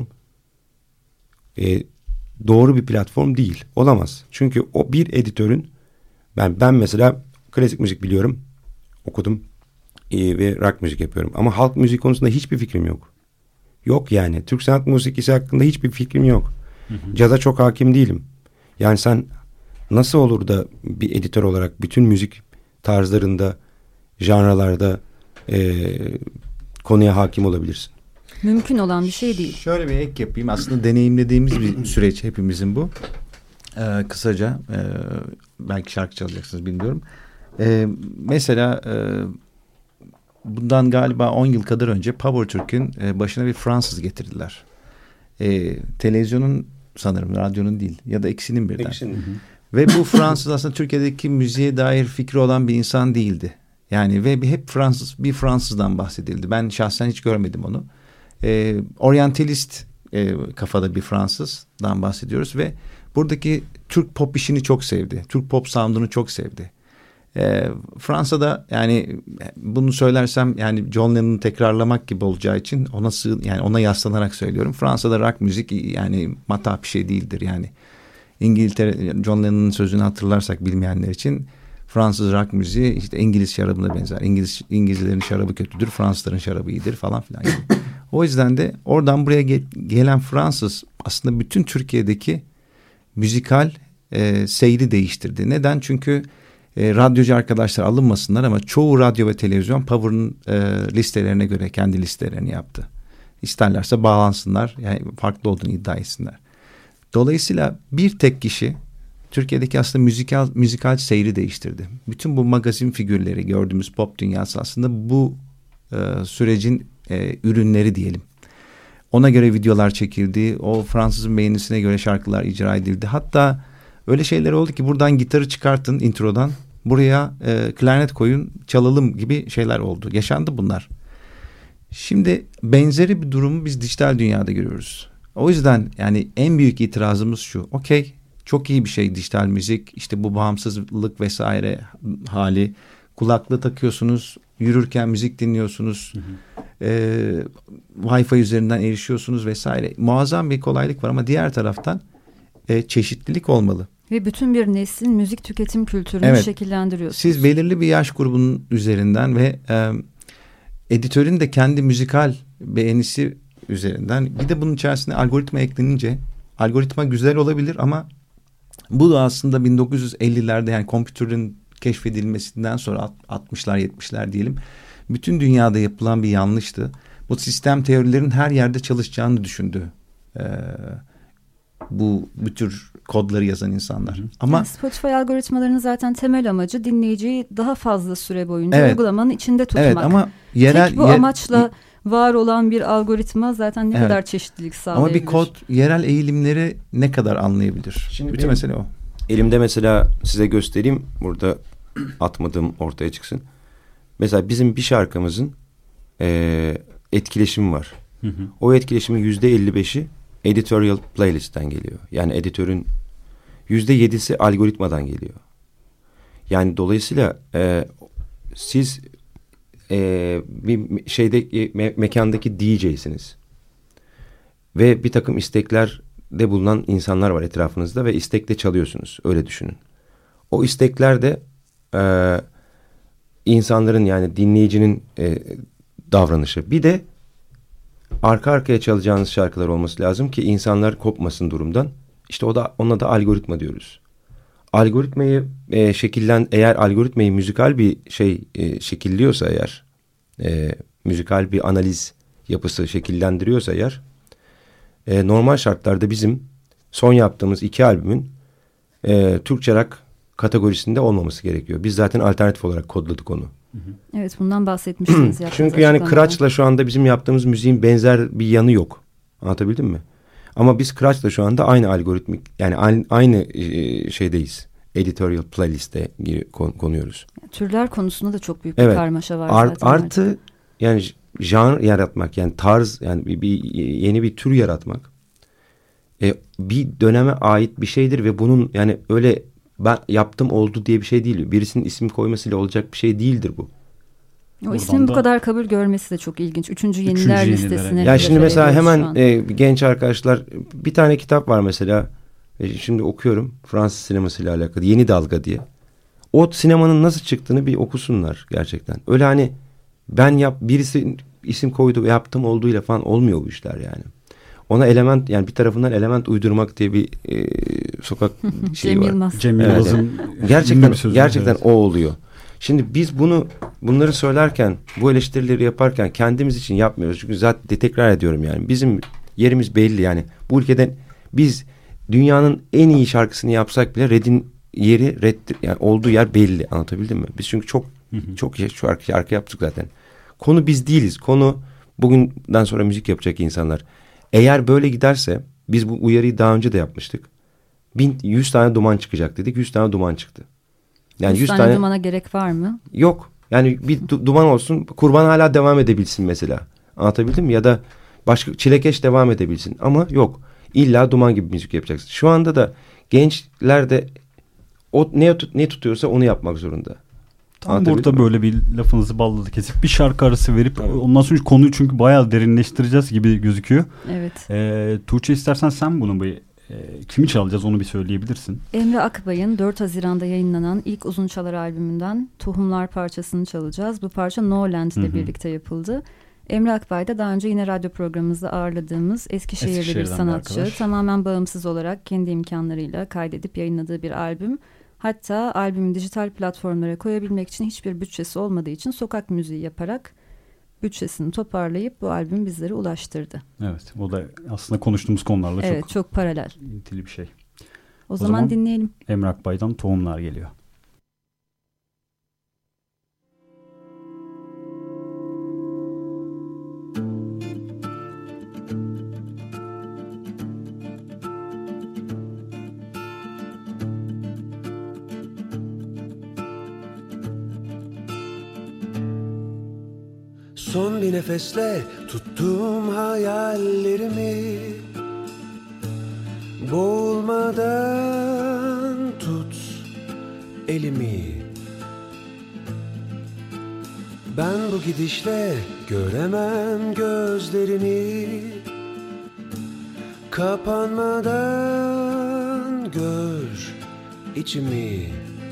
doğru bir platform değil. Olamaz. Çünkü o bir editörün, ben mesela klasik müzik biliyorum, okudum ve rock müzik yapıyorum. Ama halk müzik konusunda hiçbir fikrim yok. Yok yani. Türk sanat musikisi hakkında hiçbir fikrim yok. Caza çok hakim değilim. Yani sen nasıl olur da bir editör olarak bütün müzik tarzlarında, janralarda konuya hakim olabilirsin? Mümkün olan bir şey değil. Şöyle bir ek yapayım. Aslında deneyimlediğimiz bir süreç hepimizin bu. Kısaca belki şarkı çalacaksınız bilmiyorum. Mesela bundan galiba 10 yıl kadar önce Power Türk'ün başına bir Fransız getirdiler. Televizyonun sanırım, radyonun değil ya da ikisinin birden. Ve bu Fransız aslında Türkiye'deki müziğe dair fikri olan bir insan değildi. Yani ve hep bir Fransızdan bahsedildi. Ben şahsen hiç görmedim onu. Oryantalist kafada bir Fransızdan bahsediyoruz ve buradaki Türk pop işini çok sevdi. Türk pop sound'unu çok sevdi. Fransa'da, yani bunu söylersem yani John Lennon'u tekrarlamak gibi olacağı için ona yaslanarak söylüyorum. Fransa'da rock müzik yani matah bir şey değildir yani. İngiltere, John Lennon'un sözünü hatırlarsak bilmeyenler için, Fransız rock müziği işte İngiliz şarabına benzer. İngilizlerin şarabı kötüdür, Fransızların şarabı iyidir falan filan. Yani. O yüzden de oradan buraya gelen Fransız aslında bütün Türkiye'deki müzikal seyri değiştirdi. Neden? Çünkü radyocu arkadaşlar alınmasınlar ama çoğu radyo ve televizyon Power'ın listelerine göre kendi listelerini yaptı. İsterlerse bağlansınlar, yani farklı olduğunu iddia etsinler. Dolayısıyla bir tek kişi Türkiye'deki aslında müzikal seyri değiştirdi. Bütün bu magazin figürleri, gördüğümüz pop dünyası aslında bu sürecin ürünleri diyelim. Ona göre videolar çekildi. O Fransızın beğenisine göre şarkılar icra edildi. Hatta öyle şeyler oldu ki buradan gitarı çıkartın introdan. Buraya klarnet koyun çalalım gibi şeyler oldu. Yaşandı bunlar. Şimdi benzeri bir durumu biz dijital dünyada görüyoruz. O yüzden yani en büyük itirazımız şu. Okey, çok iyi bir şey dijital müzik. İşte bu bağımsızlık vesaire hali. Kulaklığı takıyorsunuz. Yürürken müzik dinliyorsunuz. Wi-Fi üzerinden erişiyorsunuz vesaire. Muazzam bir kolaylık var ama diğer taraftan çeşitlilik olmalı. Ve bütün bir neslin müzik tüketim kültürünü şekillendiriyorsunuz. Siz belirli bir yaş grubunun üzerinden ve editörün de kendi müzikal beğenisi üzerinden bir de bunun içerisine algoritma eklenince algoritma güzel olabilir ama bu da aslında 1950'lerde yani kompütürün keşfedilmesinden sonra 60'lar 70'ler diyelim bütün dünyada yapılan bir yanlıştı. Bu sistem teorilerin her yerde çalışacağını düşündü. Bu tür kodları yazan insanlar. Ama yani Spotify algoritmalarının zaten temel amacı dinleyiciyi daha fazla süre boyunca uygulamanın içinde tutmak. Evet ama tek bu amaçla var olan bir algoritma zaten ne kadar çeşitlilik sağlayabilir. Ama bir kod yerel eğilimleri ne kadar anlayabilir? Şimdi bütün mesele o. Elimde mesela size göstereyim. Burada atmadığım ortaya çıksın. Mesela bizim bir şarkımızın etkileşimi var. O etkileşimin %55'i editorial playlist'ten geliyor. Yani editörün %7'si algoritmadan geliyor. Yani dolayısıyla siz bir şeyde mekandaki DJ'siniz. Ve bir takım isteklerde bulunan insanlar var etrafınızda ve istekle çalıyorsunuz. Öyle düşünün. O istekler de insanların yani dinleyicinin davranışı. Bir de arka arkaya çalacağınız şarkılar olması lazım ki insanlar kopmasın durumdan. İşte ona da algoritma diyoruz. Algoritmayı eğer algoritmayı müzikal bir şey şekilliyorsa eğer müzikal bir analiz yapısı şekillendiriyorsa eğer normal şartlarda bizim son yaptığımız 2 albümün Türkçe rock kategorisinde olmaması gerekiyor. Biz zaten alternatif olarak kodladık onu. Evet, bundan bahsetmiştiniz. Çünkü yani Kıraç'la şu anda bizim yaptığımız müziğin benzer bir yanı yok. Anlatabildim mi? Ama biz Kıraç'la şu anda aynı algoritmik yani aynı şeydeyiz. Editorial playlist'e konuyoruz. Türler konusunda da çok büyük bir karmaşa var zaten. Artı yani janr yaratmak yani tarz yani yeni bir tür yaratmak bir döneme ait bir şeydir ve bunun yani öyle ben yaptım oldu diye bir şey değil. Birisinin isim koymasıyla olacak bir şey değildir bu. O ismin bu kadar kabul görmesi de çok ilginç. Üçüncü yeniler listesine. Ya şimdi mesela hemen genç arkadaşlar bir tane kitap var mesela. Şimdi okuyorum Fransız sinemasıyla alakalı Yeni Dalga diye. O sinemanın nasıl çıktığını bir okusunlar gerçekten. Öyle hani birisi isim koydu ve yaptım olduğuyla falan olmuyor bu işler yani. Ona element yani bir tarafından element uydurmak diye bir sokak şeyi var. Cem Yılmaz'ın gerçekten o oluyor. Şimdi biz bunları söylerken bu eleştirileri yaparken kendimiz için yapmıyoruz. Çünkü zaten tekrar ediyorum yani bizim yerimiz belli yani. Bu ülkeden biz dünyanın en iyi şarkısını yapsak bile Red'in yeri yani olduğu yer belli. Anlatabildim mi? Biz çünkü çok şarkı yaptık zaten. Konu biz değiliz. Konu bugünden sonra müzik yapacak insanlar. Eğer böyle giderse biz bu uyarıyı daha önce de yapmıştık. 100 tane duman çıkacak dedik. 100 tane duman çıktı. Yani 100 tane dumana gerek var mı? Yok. Yani bir duman olsun. Kurban hala devam edebilsin mesela. Anlatabildim mi? Ya da başka çilekeş devam edebilsin. Ama yok. İlla duman gibi müzik yapacaksın. Şu anda da gençler de ne tutuyorsa onu yapmak zorunda. Tam burada böyle bir lafınızı balladı kesip bir şarkı arası verip ondan sonra konuyu çünkü bayağı derinleştireceğiz gibi gözüküyor. Evet. Tuğçe istersen sen bunu kimi çalacağız onu bir söyleyebilirsin. Emre Akbay'ın 4 Haziran'da yayınlanan ilk uzun çalar albümünden Tohumlar parçasını çalacağız. Bu parça No Land ile birlikte yapıldı. Emre Akbay da daha önce yine radyo programımızda ağırladığımız Eskişehirli bir sanatçı. Tamamen bağımsız olarak kendi imkanlarıyla kaydedip yayınladığı bir albüm. Hatta albümü dijital platformlara koyabilmek için hiçbir bütçesi olmadığı için sokak müziği yaparak bütçesini toparlayıp bu albümü bizlere ulaştırdı. Evet, o da aslında konuştuğumuz konularla çok paralel. İlintili bir şey. O zaman dinleyelim. Emre Akbay'dan Tohumlar geliyor. Son bir nefesle tuttum hayallerimi. Boğulmadan tut elimi. Ben bu gidişle göremem gözlerini. Kapanmadan gör içimi.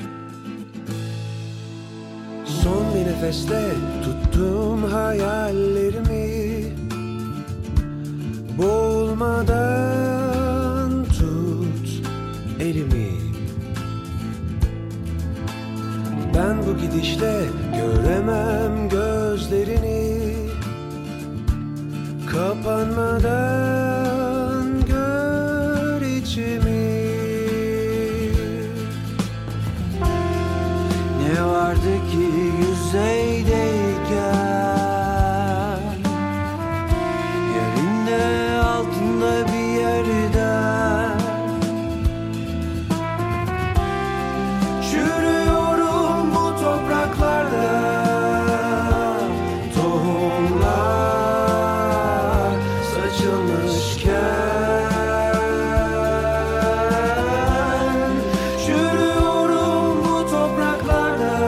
Son bir nefesle tuttum hayallerimi. Boğulmadan tut elimi. Ben bu gidişle göremem gözlerini. Kapanmadan gör içimi. Ne vardı ki yüzeydeyken, yerinde altında bir yerde. Çürüyorum bu topraklarda, tohumlar saçılmışken. Çürüyorum bu topraklarda,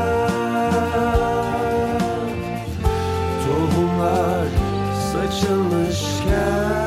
tohumlar saçılmışken.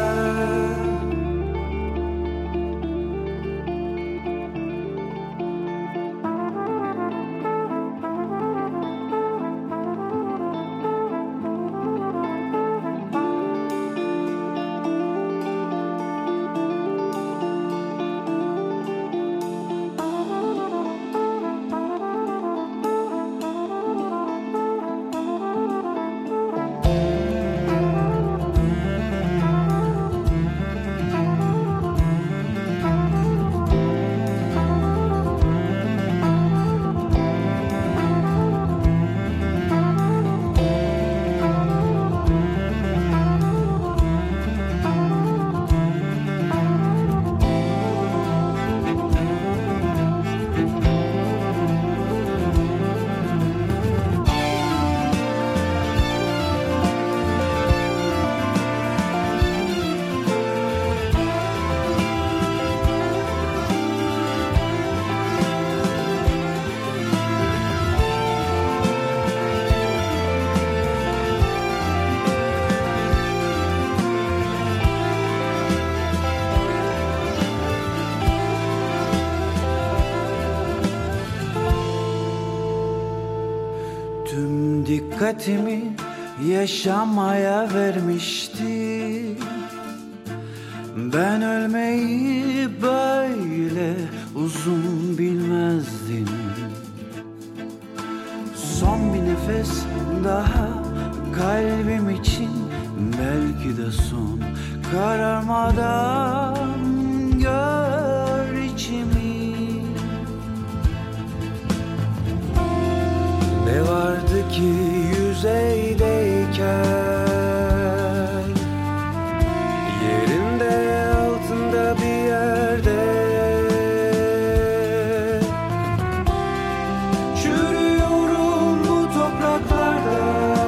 Tüm dikkatimi yaşamaya vermiştim. Ben ölmeyi böyle uzun bilmezdim. Son bir nefes daha kalbim için, belki de son. Kararmadan gör içimi. Ne vardı ki yüzeydeyken, yerinde altında bir yerde. Çürüyorum bu topraklarda,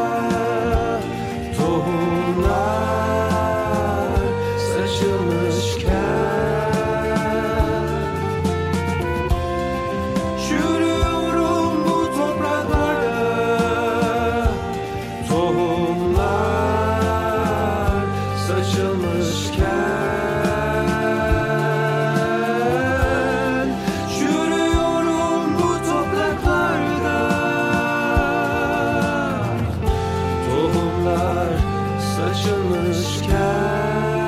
tohumlar saçılmışken. Çürüyorum bu topraklarda, tohumlar saçılmışken. Çürüyorum bu topraklarda, tohumlar saçılmışken.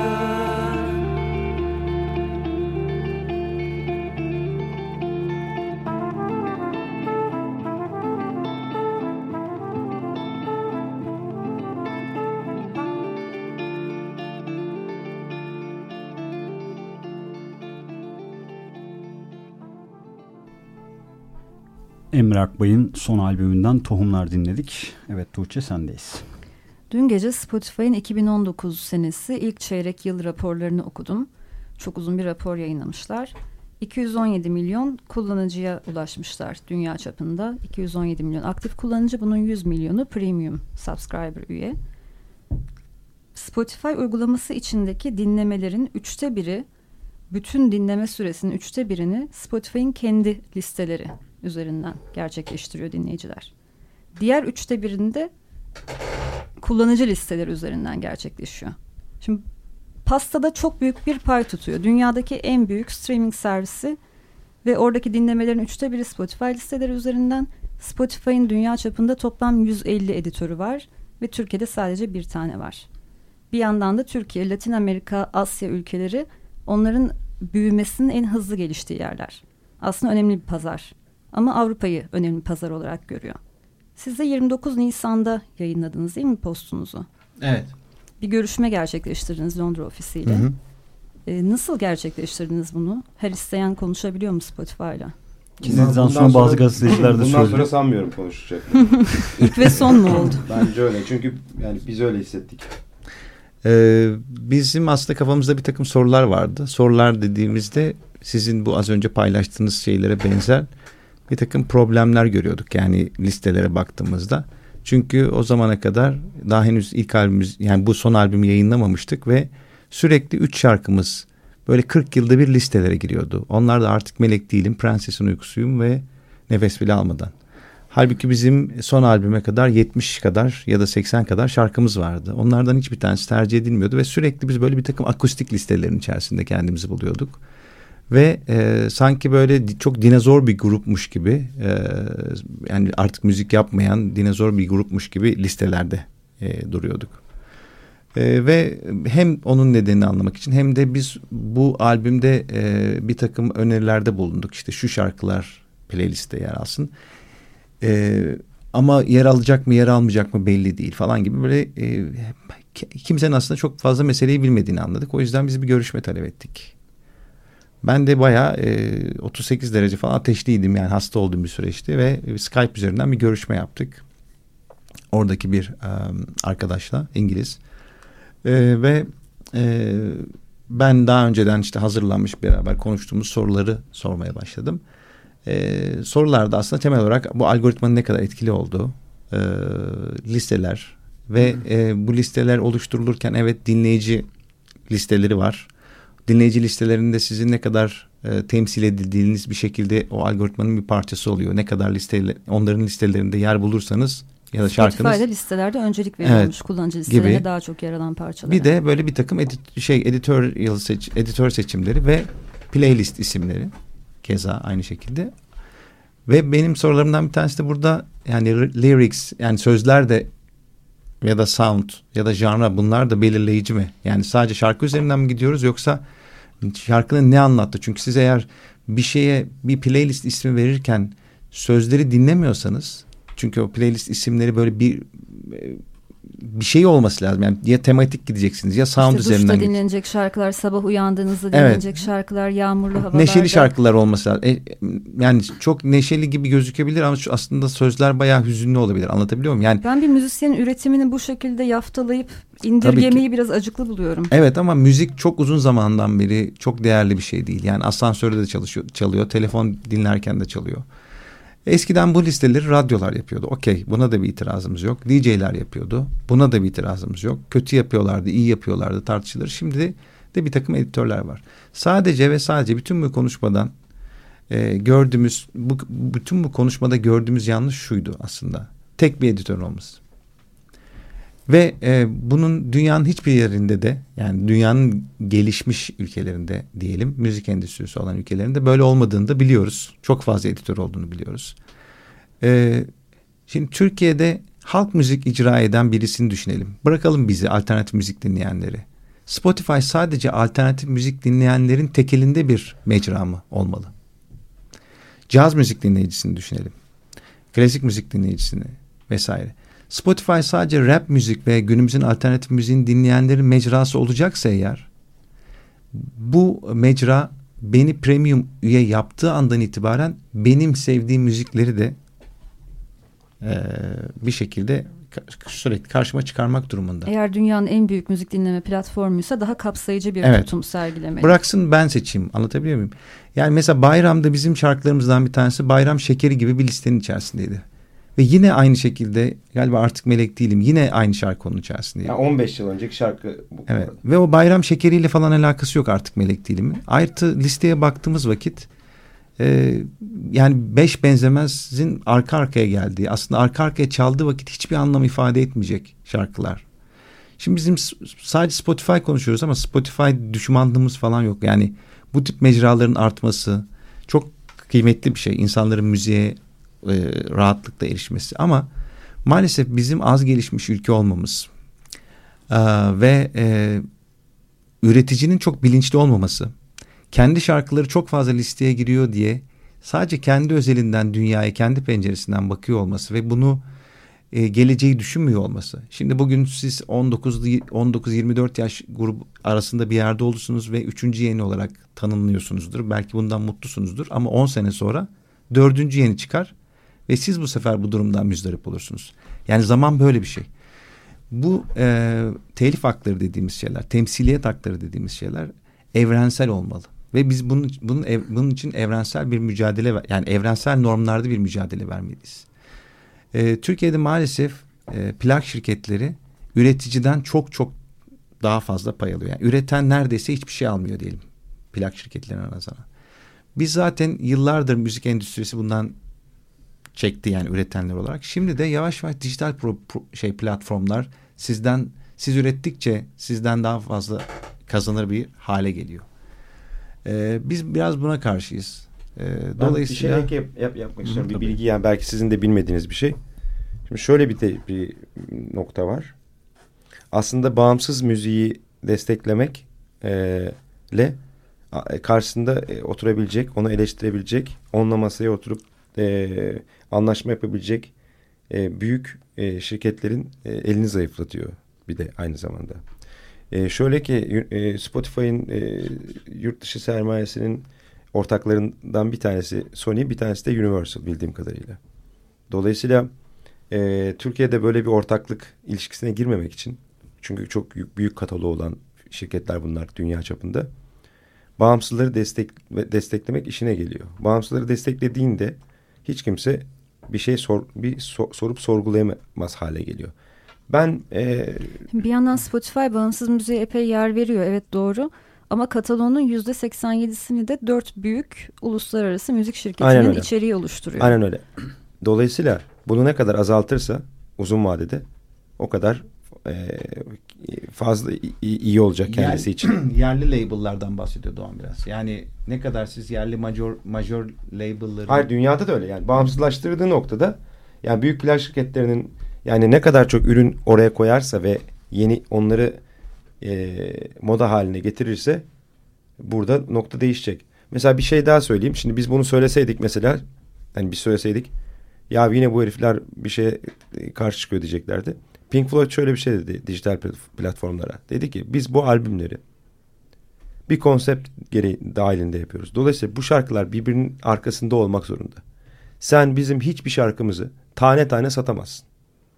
Emre Akbay'ın son albümünden Tohumlar dinledik. Evet Tuğçe, sendeyiz. Dün gece Spotify'ın 2019 senesi ilk çeyrek yıl raporlarını okudum. Çok uzun bir rapor yayınlamışlar. 217 milyon kullanıcıya ulaşmışlar dünya çapında. 217 milyon aktif kullanıcı, bunun 100 milyonu premium subscriber üye. Spotify uygulaması içindeki dinlemelerin 1/3'ü, bütün dinleme süresinin 1/3'ünü Spotify'ın kendi listeleri üzerinden gerçekleştiriyor dinleyiciler. Diğer 1/3'ünde de kullanıcı listeleri üzerinden gerçekleşiyor. Şimdi pastada çok büyük bir pay tutuyor. Dünyadaki en büyük streaming servisi ve oradaki dinlemelerin 1/3'ü Spotify listeleri üzerinden. Spotify'ın dünya çapında toplam 150 editörü var ve Türkiye'de sadece bir tane var. Bir yandan da Türkiye, Latin Amerika, Asya ülkeleri onların büyümesinin en hızlı geliştiği yerler. Aslında önemli bir pazar. Ama Avrupa'yı önemli bir pazar olarak görüyor. Siz de 29 Nisan'da yayınladınız değil mi postunuzu? Evet. Bir görüşme gerçekleştirdiniz Londra ofisiyle. Hı hı. Nasıl gerçekleştirdiniz bunu? Her isteyen konuşabiliyor mu Spotify'la? Sizden sonra bazı gazeteciler de bundan söylüyor. sonra sanmıyorum konuşacak. İlk ve son mu oldu? Bence öyle. Çünkü yani biz öyle hissettik. Bizim aslında kafamızda bir takım sorular vardı. Sorular dediğimizde sizin bu az önce paylaştığınız şeylere benzer bir takım problemler görüyorduk. Yani listelere baktığımızda. Çünkü o zamana kadar daha henüz ilk albümümüz, yani bu son albümü yayınlamamıştık ve sürekli 3 şarkımız böyle 40 yılda bir listelere giriyordu. Onlar da Artık Melek Değilim, Prensesin Uykusuyum ve Nefes Bile Almadan. Halbuki bizim son albüme kadar 70 kadar ya da 80 kadar şarkımız vardı. Onlardan hiçbir tanesi tercih edilmiyordu ve sürekli biz böyle bir takım akustik listelerin içerisinde kendimizi buluyorduk. Ve sanki böyle çok dinozor bir grupmuş gibi, yani artık müzik yapmayan dinozor bir grupmuş gibi listelerde duruyorduk. Ve hem onun nedenini anlamak için hem de biz bu albümde bir takım önerilerde bulunduk. İşte şu şarkılar playliste yer alsın. Ama yer alacak mı yer almayacak mı belli değil falan gibi böyle kimsenin aslında çok fazla meseleyi bilmediğini anladık. O yüzden biz bir görüşme talep ettik. Ben de bayağı 38 derece falan ateşliydim, yani hasta olduğum bir süreçti ve Skype üzerinden bir görüşme yaptık. Oradaki bir arkadaşla, İngiliz. Ve ben daha önceden işte hazırlanmış, beraber konuştuğumuz soruları sormaya başladım. Sorularda aslında temel olarak bu algoritmanın ne kadar etkili olduğu, listeler ve bu listeler oluşturulurken evet dinleyici listeleri var. Dinleyici listelerinde sizin ne kadar temsil edildiğiniz bir şekilde o algoritmanın bir parçası oluyor. Ne kadar onların listelerinde yer bulursanız ya da şarkınız. Spotify'da listelerde öncelik veriyormuş, evet, kullanıcı listelerine gibi daha çok yer alan parçalara. Bir de böyle bir takım editör seçimleri ve playlist isimleri keza aynı şekilde. Ve benim sorularımdan bir tanesi de burada, yani lyrics, yani sözler de ya da sound ya da genre, bunlar da belirleyici mi? Yani sadece şarkı üzerinden mi gidiyoruz yoksa şarkının ne anlattı? Çünkü siz eğer bir şeye bir playlist ismi verirken sözleri dinlemiyorsanız, çünkü o playlist isimleri böyle bir şey olması lazım. Yani ya tematik gideceksiniz ya sound işte üzerinden. Duşta dinlenecek şarkılar, sabah uyandığınızda dinlenecek, evet, şarkılar, yağmurlu havalarda. Neşeli şarkılar olması lazım. Yani çok neşeli gibi gözükebilir ama aslında sözler bayağı hüzünlü olabilir. Anlatabiliyor muyum? Yani ben bir müzisyenin üretimini bu şekilde yaftalayıp indirgemeyi biraz acıklı buluyorum. Evet, ama müzik çok uzun zamandan beri çok değerli bir şey değil. Yani asansörde de çalıyor, telefon dinlerken de çalıyor. Eskiden bu listeleri radyolar yapıyordu. Okey, buna da bir itirazımız yok. DJ'ler yapıyordu. Buna da bir itirazımız yok. Kötü yapıyorlardı, iyi yapıyorlardı, tartışılır. Şimdi de bir takım editörler var. Sadece ve sadece bütün bu konuşmadan bütün bu konuşmada gördüğümüz yanlış şuydu aslında. Tek bir editör olması. Ve bunun dünyanın hiçbir yerinde de, yani dünyanın gelişmiş ülkelerinde diyelim, müzik endüstrisi olan ülkelerinde böyle olmadığını da biliyoruz. Çok fazla editör olduğunu biliyoruz. Şimdi Türkiye'de halk müzik icra eden birisini düşünelim. Bırakalım bizi, alternatif müzik dinleyenleri. Spotify sadece alternatif müzik dinleyenlerin tekelinde bir mecra mı olmalı? Caz müzik dinleyicisini düşünelim. Klasik müzik dinleyicisini vesaire. Spotify sadece rap müzik ve günümüzün alternatif müziğini dinleyenlerin mecrası olacaksa eğer, bu mecra beni premium üye yaptığı andan itibaren benim sevdiğim müzikleri de bir şekilde sürekli karşıma çıkarmak durumunda. Eğer dünyanın en büyük müzik dinleme platformuysa daha kapsayıcı bir Evet. tutum sergilemeli. Bıraksın ben seçeyim. Anlatabiliyor muyum? Yani mesela bayramda bizim şarkılarımızdan bir tanesi Bayram Şekeri gibi bir listenin içerisindeydi. Ve yine aynı şekilde galiba Artık Melek Değilim yine aynı şarkı onun içerisindeydi. Yani 15 yıl önceki şarkı bu. Evet. Ve o Bayram Şekeriyle falan alakası yok Artık Melek Değilim'in. Ayrıca listeye baktığımız vakit yani 5 benzemezin arka arkaya geldiği, aslında arka arkaya çaldığı vakit hiçbir anlam ifade etmeyecek şarkılar. Şimdi bizim sadece Spotify konuşuyoruz ama Spotify düşmanlığımız falan yok. Yani bu tip mecraların artması çok kıymetli bir şey. İnsanların müziğe rahatlıkla erişmesi. Ama maalesef bizim az gelişmiş ülke olmamız ve üreticinin çok bilinçli olmaması, kendi şarkıları çok fazla listeye giriyor diye sadece kendi özelinden dünyaya kendi penceresinden bakıyor olması ve bunu geleceği düşünmüyor olması. Şimdi bugün siz 19-24 yaş grubu arasında bir yerde olursunuz ve 3. yeni olarak tanınıyorsunuzdur. Belki bundan mutlusunuzdur ama 10 sene sonra 4. yeni çıkar ve siz bu sefer bu durumdan müzdarip olursunuz. Yani zaman böyle bir şey. Bu telif hakları dediğimiz şeyler, temsiliyet hakları dediğimiz şeyler evrensel olmalı. Ve biz bunun için evrensel bir mücadele, yani evrensel normlarda bir mücadele vermeliyiz. Türkiye'de maalesef plak şirketleri üreticiden çok daha fazla pay alıyor. Yani üreten neredeyse hiçbir şey almıyor diyelim plak şirketlerine nazaran. Biz zaten yıllardır müzik endüstrisi bundan çekti yani üretenler olarak. Şimdi de yavaş yavaş dijital platformlar siz ürettikçe sizden daha fazla kazanır bir hale geliyor. Biz biraz buna karşıyız. Dolayısıyla bir şey yapmak istiyorum. Bir bilgi, yani belki sizin de bilmediğiniz bir şey. Şimdi şöyle bir nokta var. Aslında bağımsız müziği desteklemekle karşısında oturabilecek, onu eleştirebilecek, onunla masaya oturup anlaşma yapabilecek büyük şirketlerin elini zayıflatıyor bir de aynı zamanda. Şöyle ki Spotify'ın yurt dışı sermayesinin ortaklarından bir tanesi Sony, bir tanesi de Universal bildiğim kadarıyla. Dolayısıyla Türkiye'de böyle bir ortaklık ilişkisine girmemek için, çünkü çok büyük kataloğu olan şirketler bunlar dünya çapında, bağımsızları desteklemek işine geliyor. Bağımsızları desteklediğinde hiç kimse bir şey sorup sorgulayamaz hale geliyor. Bir yandan Spotify bağımsız müziğe epey yer veriyor. Evet, doğru. Ama kataloğunun %87'sini de 4 büyük uluslararası müzik şirketinin içeriği oluşturuyor. Aynen öyle. Dolayısıyla bunu ne kadar azaltırsa uzun vadede o kadar fazla iyi olacak kendisi için. Yerli label'lardan bahsediyor Doğan biraz. Yani ne kadar siz yerli major label'ları... Hayır, dünyada da öyle yani. Bağımsızlaştırdığı noktada yani büyük plak şirketlerinin yani ne kadar çok ürün oraya koyarsa ve onları moda haline getirirse burada nokta değişecek. Mesela bir şey daha söyleyeyim. Şimdi biz bunu söyleseydik mesela, yani biz söyleseydik ya yine bu herifler bir şeye karşı çıkıyor diyeceklerdi. Pink Floyd şöyle bir şey dedi dijital platformlara. Dedi ki biz bu albümleri bir konsept gereği dahilinde yapıyoruz. Dolayısıyla bu şarkılar birbirinin arkasında olmak zorunda. Sen bizim hiçbir şarkımızı tane tane satamazsın.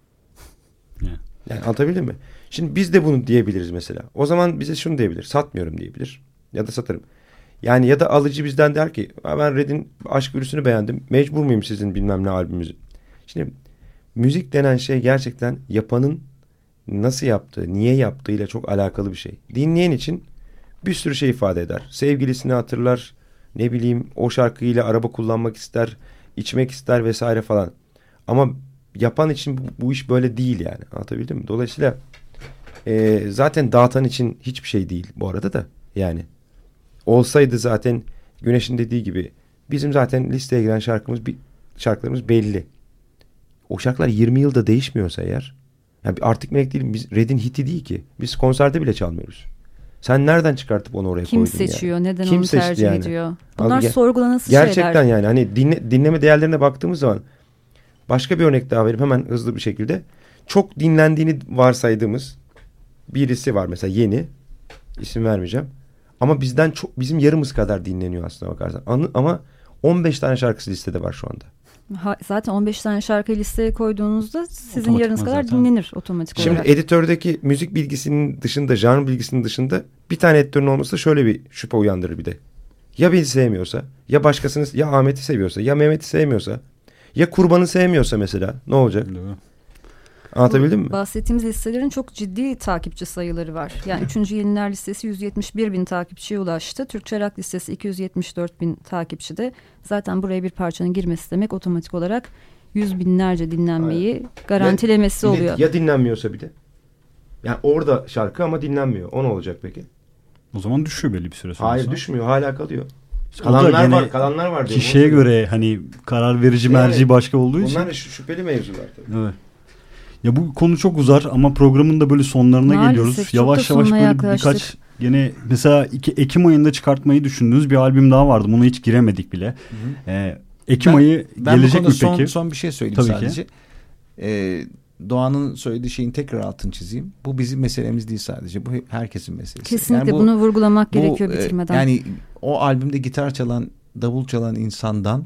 Yani anlatabildim mi? Şimdi biz de bunu diyebiliriz mesela. O zaman bize şunu diyebilir. Satmıyorum diyebilir. Ya da satarım. Yani ya da alıcı bizden der ki ben Red'in Aşk Virüsü'nü beğendim. Mecbur muyum sizin bilmem ne albümünüzü? Şimdi müzik denen şey gerçekten yapanın nasıl yaptığı, niye yaptığıyla çok alakalı bir şey. Dinleyen için bir sürü şey ifade eder. Sevgilisini hatırlar, ne bileyim o şarkıyla araba kullanmak ister, içmek ister vesaire falan. Ama yapan için bu iş böyle değil yani. Anlatabildim mi? Dolayısıyla zaten dağıtan için hiçbir şey değil bu arada da. Yani olsaydı zaten Güneş'in dediği gibi bizim zaten listeye giren şarkılarımız belli. O şarkılar 20 yılda değişmiyorsa eğer, yani Artık Melek Değilim biz Red'in hiti değil ki. Biz konserde bile çalmıyoruz. Sen nereden çıkartıp onu oraya koydun ya? Kim seçiyor? Neden Kim onu tercih yani? ediyor? Bunlar sorgulanası gerçekten şeyler. Yani hani dinleme değerlerine baktığımız zaman başka bir örnek daha verip hemen hızlı bir şekilde çok dinlendiğini varsaydığımız birisi var mesela, yeni, isim vermeyeceğim. Ama bizim yarımız kadar dinleniyor aslında bakarsan. Ama 15 tane şarkısı listede var şu anda. Zaten 15 tane şarkıyı listeye koyduğunuzda sizin Otomatikman yarınız kadar zaten. dinlenir otomatik Şimdi olarak. editördeki müzik bilgisinin dışında, janr bilgisinin dışında bir tane editörün olması da şöyle bir şüphe uyandırır bir de. Ya beni sevmiyorsa, ya başkasını, ya Ahmet'i seviyorsa, ya Mehmet'i sevmiyorsa, ya Kurban'ı sevmiyorsa mesela ne olacak? Anlatabildim mi? Bahsettiğimiz listelerin çok ciddi takipçi sayıları var. Yani 3. Yeniler listesi 171 bin takipçiye ulaştı. Türkçe Rock listesi 274 bin takipçide. Zaten buraya bir parçanın girmesi demek otomatik olarak yüz binlerce dinlenmeyi garantilemesi oluyor. Ya dinlenmiyorsa bir de. Yani orada şarkı ama dinlenmiyor. O ne olacak peki? O zaman düşüyor belli bir süre sonra. Hayır düşmüyor. Hala kalıyor. O da Kalanlar gene var. Kalanlar var diyor. kişiye göre hani karar verici merci başka olduğu için. Bunlar da şüpheli mevzular tabii. Evet. Ya bu konu çok uzar ama programın da böyle sonlarına Maalesef, geliyoruz. çok Yavaş da yavaş sonuna böyle yaklaştık. birkaç gene mesela Ekim ayında çıkartmayı düşündüğünüz bir albüm daha vardı. Buna hiç giremedik bile. Ekim ayı gelecek mi peki? Son bir şey söyleyeyim Tabii sadece. Doğan'ın söylediği şeyin tekrar altını çizeyim. Bu bizim meselemiz değil sadece. Bu herkesin meselesi. Kesinlikle Yani bunu vurgulamak gerekiyor bitirmeden. Yani o albümde gitar çalan, davul çalan insandan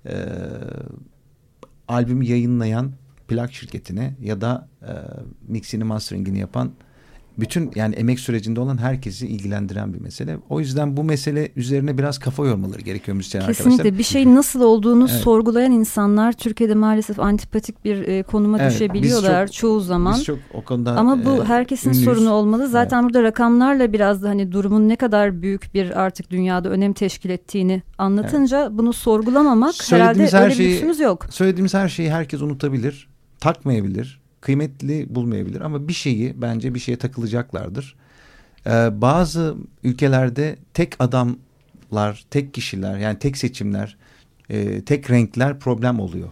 albümü yayınlayan plak şirketine ya da mixini masteringini yapan bütün yani emek sürecinde olan herkesi ilgilendiren bir mesele. O yüzden bu mesele üzerine biraz kafa yormaları gerekiyor müzisyen arkadaşlar. Kesinlikle bir şeyin nasıl olduğunu sorgulayan insanlar Türkiye'de maalesef antipatik bir konuma düşebiliyorlar çoğu zaman. Biz çok o konuda ama bu herkesin ünlüyüz. sorunu olmalı. Zaten burada rakamlarla biraz da hani durumun ne kadar büyük bir artık dünyada önem teşkil ettiğini anlatınca bunu sorgulamamak herhalde öyle bir lüksümüz yok. Söylediğimiz her şeyi herkes unutabilir, takmayabilir, kıymetli bulmayabilir ama bence bir şeye takılacaklardır. Bazı ülkelerde tek adamlar, tek kişiler yani tek seçimler, tek renkler problem oluyor.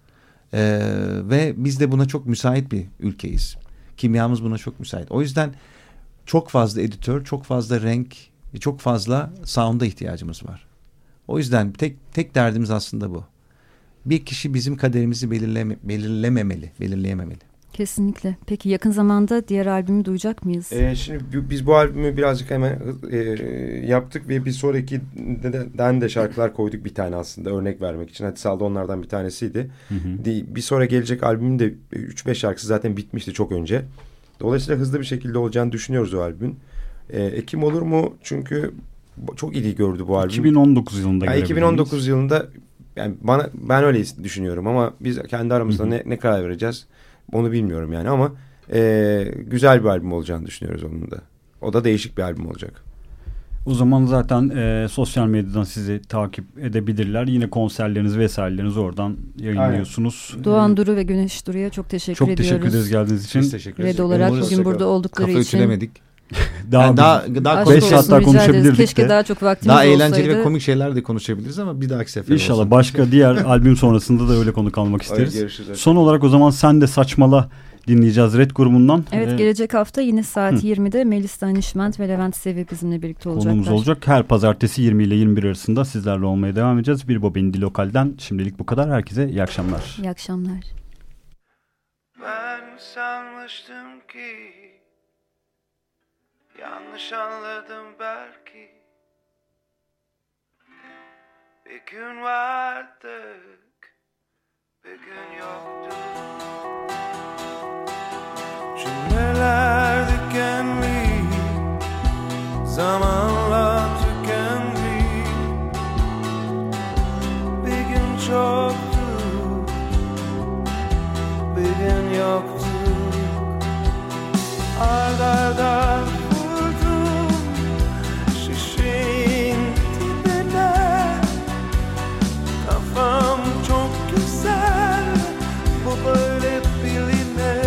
Ve biz de buna çok müsait bir ülkeyiz. Kimyamız buna çok müsait. O yüzden çok fazla editör, çok fazla renk, çok fazla sound'a ihtiyacımız var. O yüzden tek derdimiz aslında bu. Bir kişi bizim kaderimizi belirleyememeli. Kesinlikle. Peki yakın zamanda diğer albümü duyacak mıyız? Şimdi biz bu albümü birazcık hemen yaptık ve bir sonrakiden de şarkılar koyduk bir tane aslında örnek vermek için. Hadi Salda onlardan bir tanesiydi. Bir sonra gelecek albümün de 3-5 şarkısı zaten bitmişti çok önce. Dolayısıyla hızlı bir şekilde olacağını düşünüyoruz o albümün. Ekim olur mu? Çünkü çok ilgi gördü bu albüm. 2019 yılında. Yani 2019 yılında yani ben öyle düşünüyorum ama biz kendi aramızda ne karar vereceğiz? Onu bilmiyorum yani ama güzel bir albüm olacağını düşünüyoruz onun da. O da değişik bir albüm olacak. O zaman zaten sosyal medyadan sizi takip edebilirler. Yine konserleriniz vesairelerinizi oradan yayınlıyorsunuz. Aynen. Doğan Duru ve Güneş Duru'ya çok teşekkür ediyoruz. Çok teşekkür ederiz geldiğiniz için. Biz teşekkür ederiz. Red olarak bugün burada oldukları Kafa için. ütülemedik. Daha 5 saat daha konuşabilirdik Keşke de. daha çok vaktimiz daha olsaydı. eğlenceli ve komik şeyler de konuşabiliriz ama bir dahaki sefer İnşallah olsun. başka diğer albüm sonrasında da öyle konuk almak isteriz. Görüşürüz. Son olarak o zaman Sen de Saçmala dinleyeceğiz Red grubundan. Evet gelecek hafta yine saat 20'de Melis Danişment ve Levent Sevi bizimle birlikte olacaklar. Konumuz olacak. Her pazartesi 20 ile 21 arasında sizlerle olmaya devam edeceğiz. Bir Bobindi Lokal'den şimdilik bu kadar. Herkese iyi akşamlar. İyi akşamlar. Ben sanmıştım ki yanlış anladım belki. Bir gün vardık, bir gün yoktuk. Cümleler dikenli, zamanla tükendi. Bir gün çoktu, bir gün yoktu. Ard arda vurdum şişin dibine. Kafam çok güzel, bu böyle biline.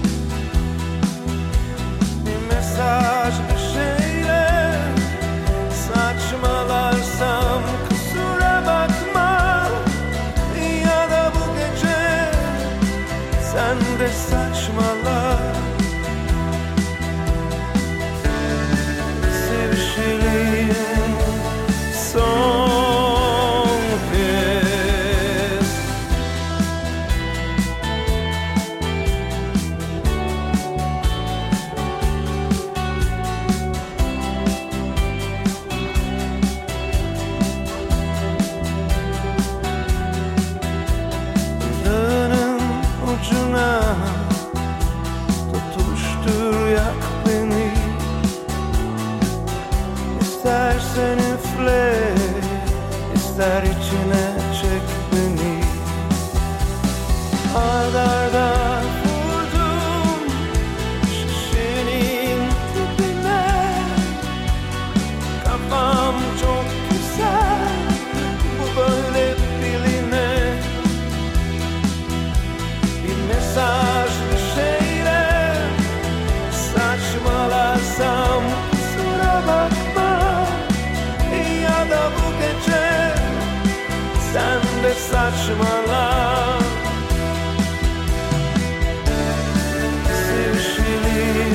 Bir mesaj, bir şeyle saçmalarsam kusura bakma. seni ard arda vurdum şişenin dibine. Kafam çok güzel, bu böyle biline. Bir mesaj, bir şeyler saçmalasam kusura bakma. Ya da bu gece sen de saçmala. Sevişelim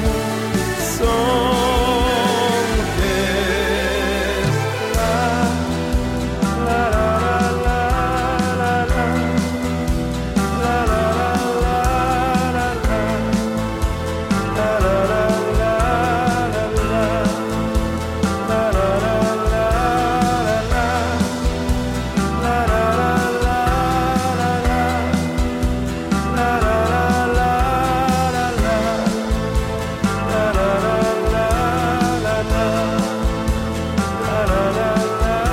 son kez. La la la la la la. La la la la la la. La la la la la la. La la la la la la. La la la la la la. La la la la la la. La la la la la la. La la la la la.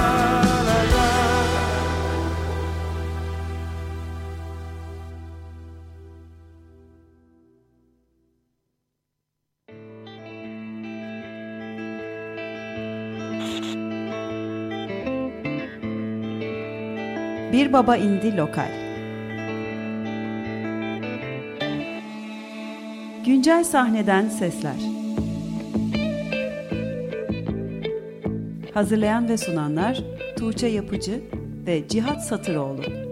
Bir Baba indi lokal. Güncel sahneden sesler. Hazırlayan ve sunanlar Tuğçe Yapıcı ve Cihat Satıroğlu.